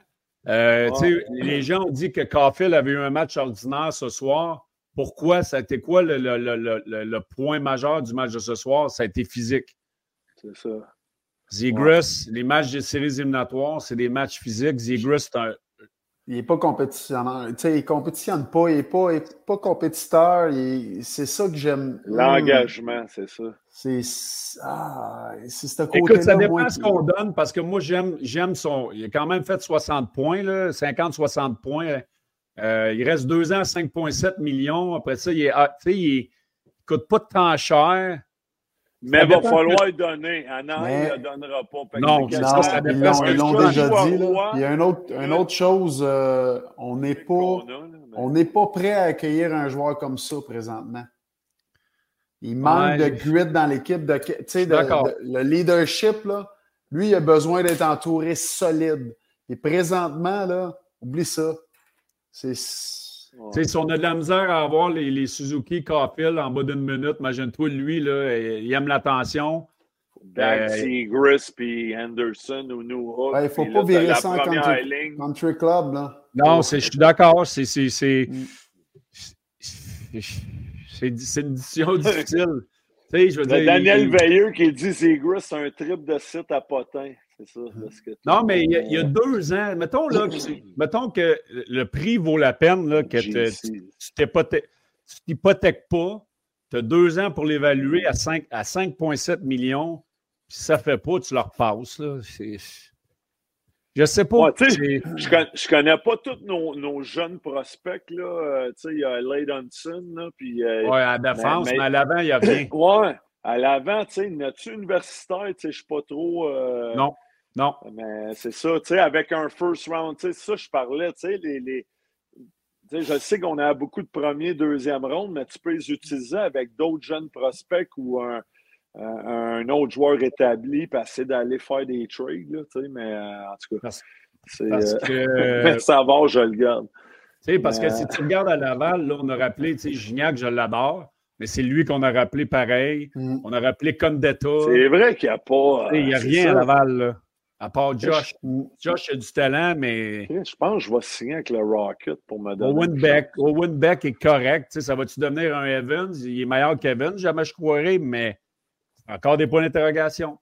Les gens ont dit que Caulfield avait eu un match ordinaire ce soir. Pourquoi? Ça a été quoi le point majeur du match de ce soir? Ça a été physique. C'est ça. Zegras, les matchs des séries éliminatoires, c'est des matchs physiques. Zegras, c'est un... Il n'est pas compétitionnaire. Tu sais, il ne compétitionne pas. Il n'est pas compétiteur. C'est ça que j'aime. L'engagement, c'est ça. C'est ce côté-là. Écoute, ça dépend ce qu'on donne parce que moi, j'aime son... Il a quand même fait 60 points, 50-60 points. Il reste 2 ans, 5,7 millions. Après ça, il ne coûte pas tant cher. Mais il va falloir lui donner. Anna, il ne le donnera pas. Non, ça dépend. Ils l'ont déjà dit. Là. Il y a une autre chose. On n'est pas prêt à accueillir un joueur comme ça présentement. Il manque de grit dans l'équipe. Le leadership, là, lui, il a besoin d'être entouré solide. Et présentement, là, oublie ça. Si on a de la misère à avoir les Suzuki Caulfield en bas d'une minute, imagine-toi, lui, là, il aime l'attention. Zegras puis Anderson ou New Hook. Il ne faut pas virer ça en country club. Là. Non, je suis d'accord. C'est une décision difficile. Je veux dire, Daniel Veilleux qui dit Zegras, c'est un trip de site à potin. Ça, non, mais il y a 2 ans, mettons que le prix vaut la peine, là, que tu t'hypothèques pas, tu as 2 ans pour l'évaluer à 5,7 millions, puis si ça ne fait pas, tu leur passes. Là. Je sais pas. Ouais, je connais pas tous nos jeunes prospects. Il y a Lade Hudson. À la défense, mais à l'avant, il n'y a rien. Ouais, à l'avant, n'as-tu universitaire? Je ne suis pas trop. Non. Mais c'est ça, avec un first round, ça, je parlais, je sais qu'on a beaucoup de premiers, deuxième round, mais tu peux les utiliser avec d'autres jeunes prospects ou un autre joueur établi, puis essayer d'aller faire des trades, là, mais en tout cas, ça va, je le garde. Parce que si tu regardes à Laval, là, on a rappelé, Gignac, je l'adore, mais c'est lui qu'on a rappelé pareil. On a rappelé Condetta. C'est vrai qu'il n'y a pas... Il n'y a rien à Laval, là. À part Josh. Josh a du talent, mais... Je pense que je vais signer avec le Rocket pour me donner... Owen Beck est correct. Ça va-tu devenir un Evans? Il est meilleur qu'Evans, jamais je croirais, mais encore des points d'interrogation.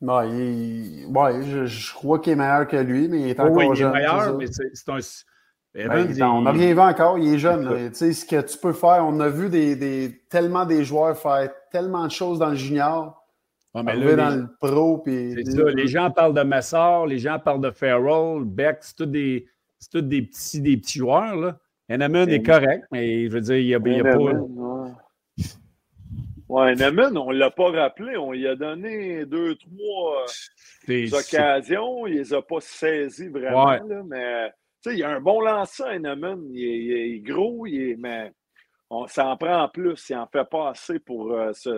Je crois qu'il est meilleur que lui, mais il est encore jeune. Il est meilleur, mais c'est un... On n'a rien vu encore, il est jeune. Tu sais, ce que tu peux faire, on a vu tellement des joueurs faire tellement de choses dans le junior, arriver dans le pro. C'est ça, les gens parlent de Massard, les gens parlent de Farrell, Beck, c'est tous des petits joueurs. Là. Henneman est correct, mais je veux dire, il n'y a pas... Ouais, Henneman, on ne l'a pas rappelé. On lui a donné 2-3 occasions. Il ne les a pas saisies vraiment. Ouais. Là, mais il a un bon lanceur, Henneman. Il est gros, mais ça en prend en plus. Il n'en fait pas assez pour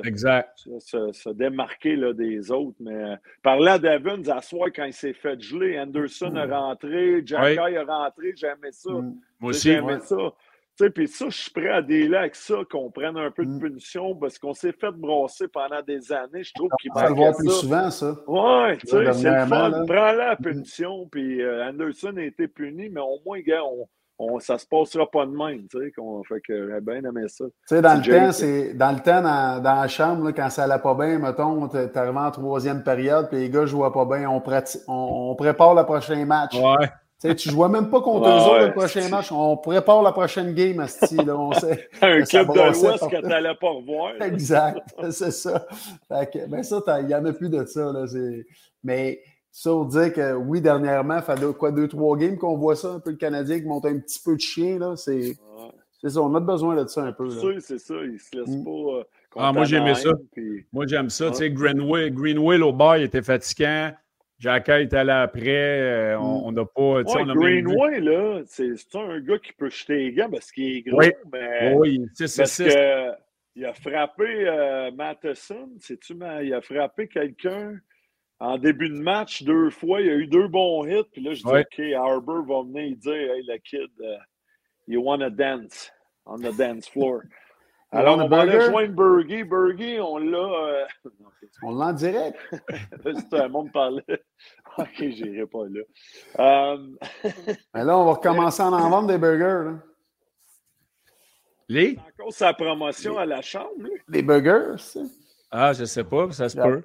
se démarquer là, des autres. Mais parlant d'Evans, à soir, quand il s'est fait geler, Anderson a rentré, Jacky a rentré. J'aimais ça. Moi aussi. J'aimais ça. Puis ça, je suis prêt à délai avec ça, qu'on prenne un peu de punition parce qu'on s'est fait brasser pendant des années. Je trouve qu'il va le voir plus souvent, ça. Oui, tu sais, c'est le fun. Prends-la la punition. Puis Anderson a été puni, mais au moins, gars, ça se passera pas de même. Tu sais, fait que j'ai bien aimé ça. Tu sais, dans le temps, dans la chambre, là, quand ça allait pas bien, mettons, t'arrives en troisième période, puis les gars jouaient pas bien, on prépare le prochain match. Ouais. Tu ne jouais même pas contre eux autres le prochain match. On prépare la prochaine game, asti. On sait un club de l'Ouest que tu n'allais pas revoir. Là. Exact, c'est ça. Ben ça, il n'y en a plus de ça. Là. Mais ça, on dit que oui, dernièrement, ça fait 2-3 games qu'on voit ça, un peu le Canadien qui monte un petit peu de chien. Là. C'est ça, on a besoin de ça un peu. C'est ça, il ne se laisse pas. Moi, j'aimais ça. Puis... Moi, j'aime ça. Tu sais, Greenway, au bar, il était fatigant. Jacky est allé après, on n'a pas... Greenway, là, c'est un gars qui peut jeter les gants parce qu'il est gros, mais... Oui, parce qu'il a frappé Matheson, il a frappé quelqu'un en début de match 2 fois, il a eu 2 bons hits, puis là, je dis, OK, Harbour va venir dire, hey, le kid, you wanna dance on the dance floor. Alors, on va aller joindre Bergie. Bergie, on l'a... On l'a en direct. Tout le monde parlait. OK, j'irai pas là. Mais là, on va recommencer à en vendre des burgers. Là. C'est encore sa promotion à la chambre. Lui. Les burgers, c'est... Ah, je sais pas, ça se peut.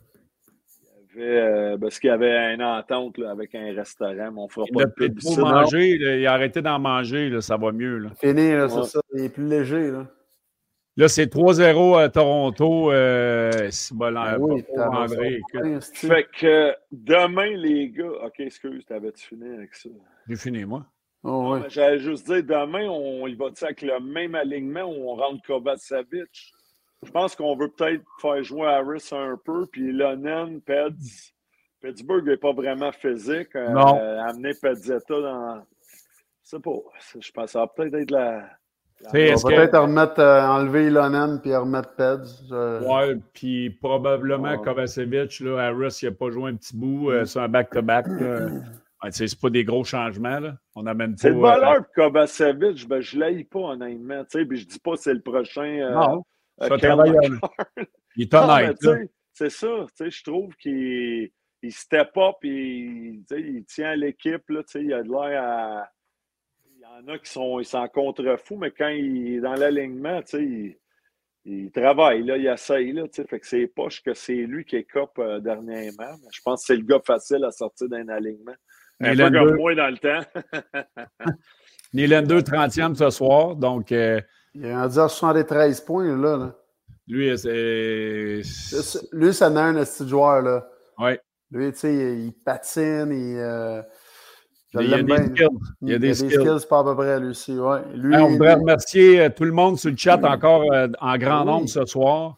Parce qu'il y avait une entente là, avec un restaurant, mais on fera pas de pub. Il a arrêté d'en manger, là, ça va mieux. Là. Fini, là, c'est ça. Il est plus léger, là. Là, c'est 3-0 à Toronto. André. Fait que demain, les gars... OK, excuse, t'avais-tu fini avec ça? J'ai fini, moi. Oh, oui. J'allais juste dire, demain, il va avec le même alignement où on rentre Kovacevic. Je pense qu'on veut peut-être faire jouer Harris un peu, puis Lonen, Peds. Pittsburgh n'est pas vraiment physique. Amener Pezzetta dans... Je sais pas. Je pense que ça va peut-être être la... On va peut-être enlever Ilonen puis remettre Peds. Oui, puis probablement Kovacevic, là, Harris, il n'a pas joué un petit bout sur un back-to-back. C'est pas des gros changements. Là. On amène pas. C'est le valeur pour Kovacevic, je ne l'aille pas honnêtement. Puis je dis pas que c'est le prochain. Non, ça travaille. Il est honnête. C'est ça. Je trouve qu'il step up et il tient l'équipe. Il a de l'air à. Il y en a qui s'en contrefous, mais quand il est dans l'alignement, il travaille, là, il essaye. Là, fait que c'est poche que c'est lui qui écope dernièrement. Je pense que c'est le gars facile à sortir d'un alignement. Un peu comme moi dans le temps. Nylander, 30e ce soir. Donc, il est rendu à 73 points. Là. Lui, lui, ça en a un petit joueur. Là. Oui. Lui, tu sais, il patine, il y a des skills. Il y a des skills pas à peu près, lui aussi. Ouais. On voudrait remercier tout le monde sur le chat encore en grand nombre ce soir.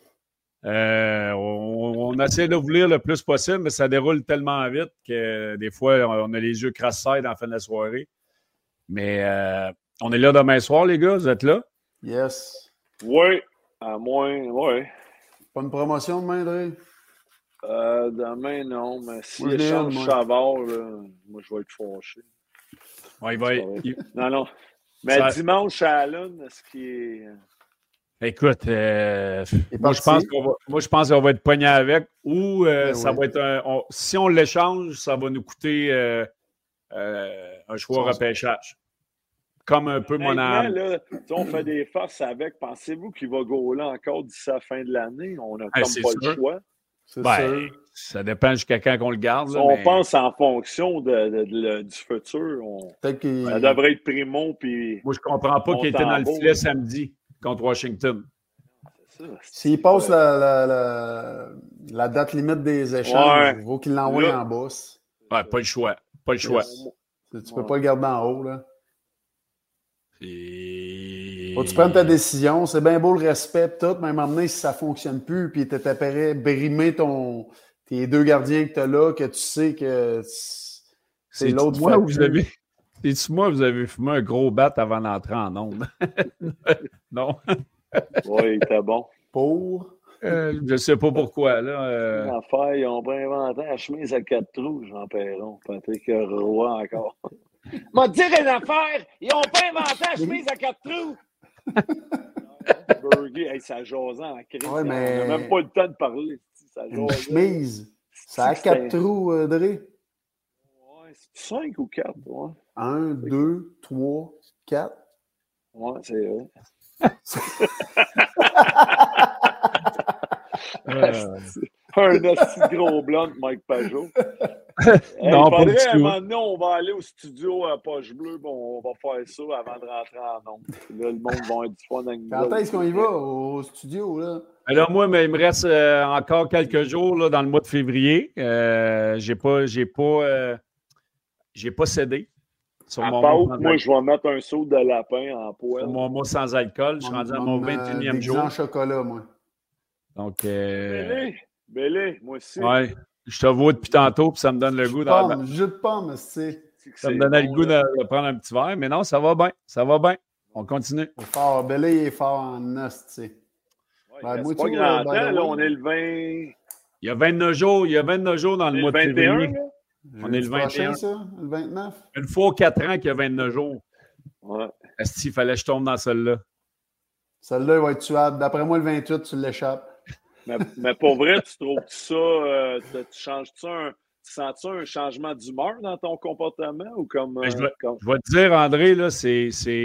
On essaie de vous lire le plus possible, mais ça déroule tellement vite que des fois, on a les yeux crassés dans la fin de la soirée. Mais on est là demain soir, les gars. Vous êtes là? Yes. Oui, à moins, oui. Pas une promotion demain, André? Demain, non, mais s'il échange Savard, moi, je vais être fâché. Ouais, Non. Mais dimanche à Allen, est-ce qu'il est... Écoute, moi, je pense qu'on va être pogné avec ou ça va être si on l'échange, ça va nous coûter un choix repêchage. Comme un peu mon âme. On fait des forces avec. Pensez-vous qu'il va gauler encore d'ici la fin de l'année? On n'a comme pas le choix. C'est Ben, sûr. ça dépend jusqu'à quand on le garde. Si Là, on mais- pense en fonction du futur, Peut-être qu'il ça devrait être Primo. Puis Moi, je ne comprends pas qu'il était dans le Montembeault, filet là. samedi contre Washington. c'est ça. s'il passe la date limite des échanges, il faut qu'il l'envoie Là. en boss. Ouais, pas le choix. Pas le choix. Tu peux pas le garder en haut, là. Et... Faut que tu prennes ta décision. C'est bien beau le respect, pis tout, mais à un moment donné, si ça fonctionne plus, puis tu t'apparaît brimer tes deux gardiens que tu as là, que tu sais que c'est l'autre moi fois. vous avez. C'est-tu moi, vous avez fumé un gros bat avant d'entrer en onde? Non. Oui, il était bon. Pour. Je sais pas pourquoi. Là, Une affaire, ils n'ont pas inventé la chemise à 4 trous, Jean Perron. Patrick Roy encore. M'a dire une affaire, ils n'ont pas inventé la chemise à 4 trous. Burger, hey, ça jasant en crise. Ouais, mais- On n'a même pas le temps de parler. Ça Une jasait. chemise. Ça a 4 trous, Dre. Ouais, c'est 5 ou 4, ouais. 1, 2, 3, 4. Ouais, c'est vrai. Un assez gros blond, Mike Pajot. Non, pas du faudrait, à un tout. moment donné, on va aller au studio à Poche Bleue, bon, on va faire ça avant de rentrer en ondes. Là, le monde va être du fun avec nous Quand autres. est-ce qu'on y va au studio, là? Alors moi, mais il me reste encore quelques jours là, dans le mois de février. J'ai pas cédé sur À mon Pâques, mois sans moi, alcool. je vais mettre un saut de lapin en poêle. Sur mon mois sans alcool. Je suis rendu à mon 21e déguisé jour. en chocolat, moi. Donc, Bélé, moi aussi. ouais, je te vois depuis tantôt, puis ça me donne le goût. Jus de pomme, c'est Ça me donnait le goût de prendre un petit verre, mais non, ça va bien. Ça va bien. On continue. fort. Belé est fort en os, tu sais. Ouais, moi, c'est pas tout, grand by temps, the là, way. on est le 20. Il y a 29 jours, dans le mois de 21, février. là? On est le Jeudi prochain, 21. ça? Le 29? Une fois aux 4 ans qu'il y a 29 jours. Ouais. Est-ce qu'il fallait que je tombe dans celle-là? Celle-là, il va être tuable. D'après moi, le 28, tu l'échappes. Mais pour vrai, tu trouves ça, tu changes-tu tu sens-tu un changement d'humeur dans ton comportement ou comme. Je vais te dire, André, là, c'est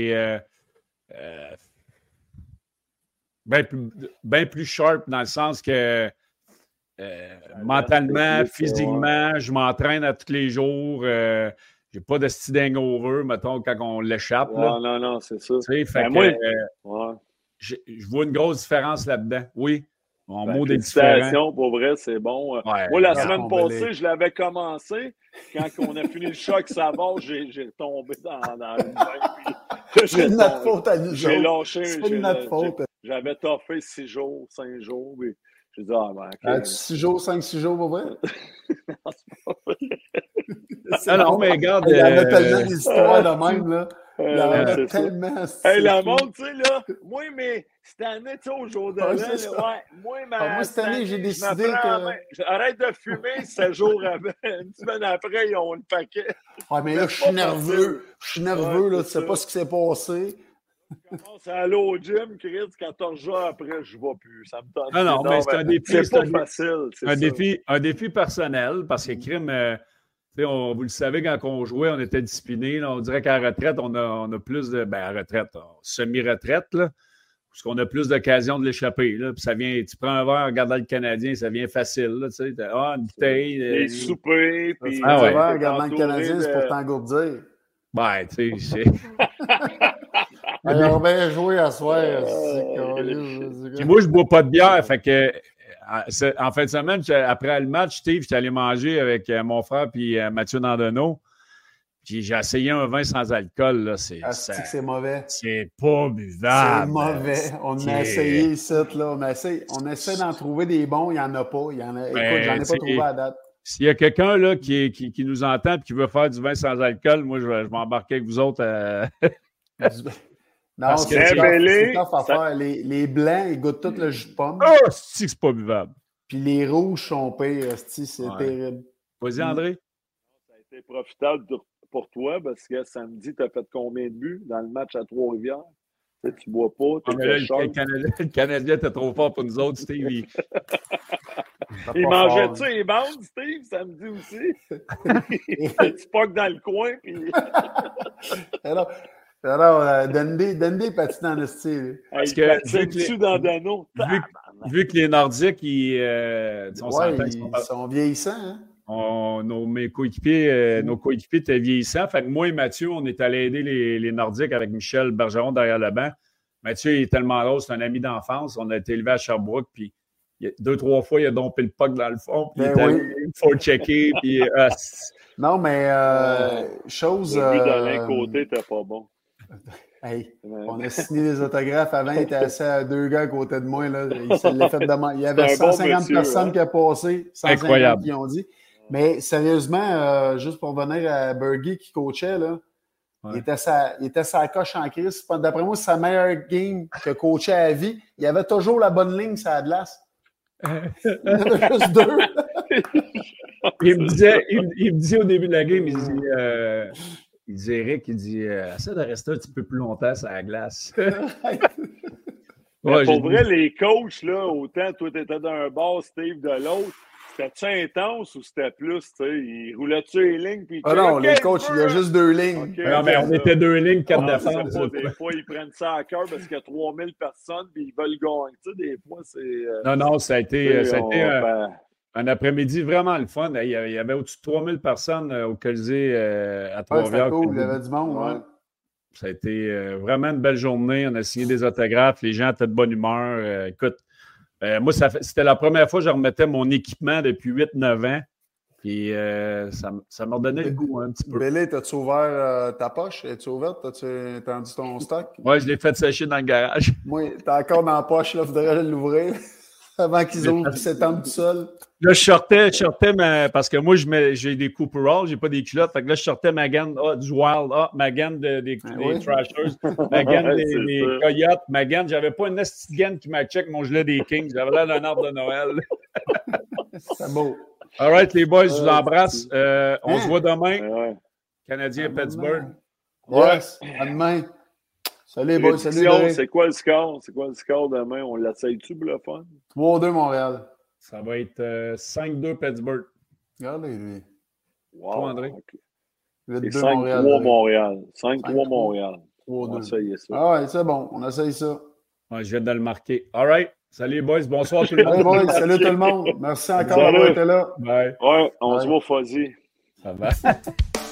bien plus sharp dans le sens que mentalement, physiquement, je m'entraîne à tous les jours. J'ai pas de style hangover, mettons, quand on l'échappe. Là. Non, c'est ça. Tu sais, fait Ben, que, moi, je vois une grosse différence là-dedans. Oui, mon mot est différent. félicitations, pour vrai, c'est bon. Ouais, Moi, la merci, semaine mon passée, Belé. je l'avais commencé. Quand on a fini le choc savard, j'ai tombé dans le bain. C'est de notre faute à nous J'ai autres. lâché. C'est de notre faute. J'avais toffé 6 jours, 5 jours. Mais j'ai dit, ah ben, ok. 6 jours, 5-6 jours, pour vrai? Non, c'est pas vrai. Ah non, mais regarde. Il y en a tellement d'histoires de même, là. Il y en a c'est ça. tellement. Hey, la monde, tu sais, là, moi, mais cette année, tu sais, au jour de l'an, Ouais, c'est ça. moi, cette année, j'ai décidé que. Arrête de fumer 7 jours avant. Une semaine après, ils ont le paquet. Ouais, mais là, je suis nerveux. Je suis nerveux, là. Tu sais pas ce qui s'est passé. Je commence à aller au gym, Chris, 14 jours après, je ne vais plus. Ça me tente. Ah non, mais c'est un défi. C'est pas facile. Un défi personnel, parce que crime, vous le savez, quand on jouait, on était discipliné. On dirait qu'à la retraite, on a plus de. Ben, à la retraite, semi-retraite, là, parce qu'on a plus d'occasions de l'échapper. Là, puis ça vient, tu prends un verre en regardant le Canadien, ça vient facile. Là, tu sais, une bouteille. Les soupers. Puis, Ah ouais. En regardant le Canadien, c'est pour t'engourdir. Ben, tu sais, Alors, bien joué à soir. Puis moi, je ne bois pas de bière. Fait que, en fin de semaine, après le match, Steve, j'étais allé manger avec mon frère puis Mathieu Dandonneau. Puis j'ai essayé un vin sans alcool. Là, c'est mauvais. C'est pas buvable. C'est mauvais. On a essayé ça, là. On essaie d'en trouver des bons. Il n'y en a pas. Écoute, j'en ai pas trouvé à date. S'il y a quelqu'un là, qui nous entend et qui veut faire du vin sans alcool, moi, je vais m'embarquer avec vous autres. Non, c'est tough à faire. Les blancs, ils goûtent tout le jus de pomme. Oh, c'est pas buvable. Puis les rouges sont pires, c'est terrible. Vas-y, André. Ça a été profitable pour toi parce que samedi, tu as fait combien de buts dans le match à Trois-Rivières? Tu bois pas, tu le Canadien était trop fort pour nous autres, Steve. Il mangeait-tu les bandes, Steve, samedi aussi? Tu poques dans le coin, puis... Alors, Dundee patine dans le style. Parce que vu dessus dans Dano, vu que les Nordiques, on s'entend ils sont vieillissants. Hein? Nos coéquipiers étaient vieillissants. Fait que moi et Mathieu, on est allés aider les Nordiques avec Michel Bergeron derrière le banc. Mathieu, il est tellement drôle, c'est un ami d'enfance. On a été élevé à Sherbrooke, puis 2-3 fois, il a dompé le puck dans le fond, puis il faut le checker, puis... non, mais chose... Le but d'Alain Côté n'était pas bon. Hey, on a signé des autographes avant, il était assis à 2 gars à côté de moi. Là. Il y avait 150 personnes qui ont passé, 150 incroyable. Qui ont dit. Mais sérieusement, juste pour revenir à Bergie qui coachait, là, il était sa coche en crise. D'après moi, c'est sa meilleure game que coachait à vie. Il avait toujours la bonne ligne sur la glace. Il y en avait juste 2. il me disait au début de la game, il dit Eric, essaie de rester un petit peu plus longtemps sur la glace. Pour vrai, les coachs, là, autant toi, tu étais d'un bord, Steve de l'autre, c'était-tu intense ou c'était plus, tu sais, ils roulaient-tu les lignes? Puis non, les coachs, il y a juste 2 lignes. Non, mais on était 2 lignes, 4 défenses. Des fois, ils prennent ça à cœur parce qu'il y a 3000 personnes puis ils veulent gagner. Tu sais, des fois, c'est... Non, ça a été un après-midi vraiment le fun. Il y avait au-dessus de 3000 personnes au Colisée à Trois-Rivières. Cool, il y avait du monde, ouais. Ça a été vraiment une belle journée. On a signé des autographes. Les gens étaient de bonne humeur. Écoute, moi, c'était la première fois que je remettais mon équipement depuis 8-9 ans. Puis ça m'a redonné le goût un petit peu. Bélé, t'as-tu ouvert ta poche? Es-tu ouverte? T'as-tu étendu ton stock? Oui, je l'ai fait sécher dans le garage. Moi, t'es encore dans la poche, là. Faudrait l'ouvrir avant qu'ils ouvrent et s'étendent tout seul. Là, je sortais parce que moi, j'ai des Cooperalls, j'ai pas des culottes. Fait que là, je sortais ma gaine du Wild, ma gaine des Trashers, ma gaine des Coyotes, ma gaine. J'avais pas une petite gaine qui matchait avec mon gilet des Kings. J'avais l'air d'un arbre de Noël. C'est beau. All right, les boys, je vous embrasse. On se voit demain. Canadien Pittsburgh. Yes, à demain. Salut, boys. Salut. C'est quoi le score? C'est quoi le score demain? On l'essaye-tu pour le fun? 3-2 Montréal. Ça va être 5-2 Pittsburgh. Regardez, lui. Wow. Toi, André? Okay. 5-3 Montréal. 5-3 Montréal. 3-2. On va essayer ça. Ah ouais, c'est bon. On essaye ça. Ouais, je viens de le marquer. All right. Salut, boys. Bonsoir tout le monde. Salut, boys. Salut tout le monde. Merci encore d'avoir été là. Bye. Ouais, on se voit au Fuzzy. Ça va.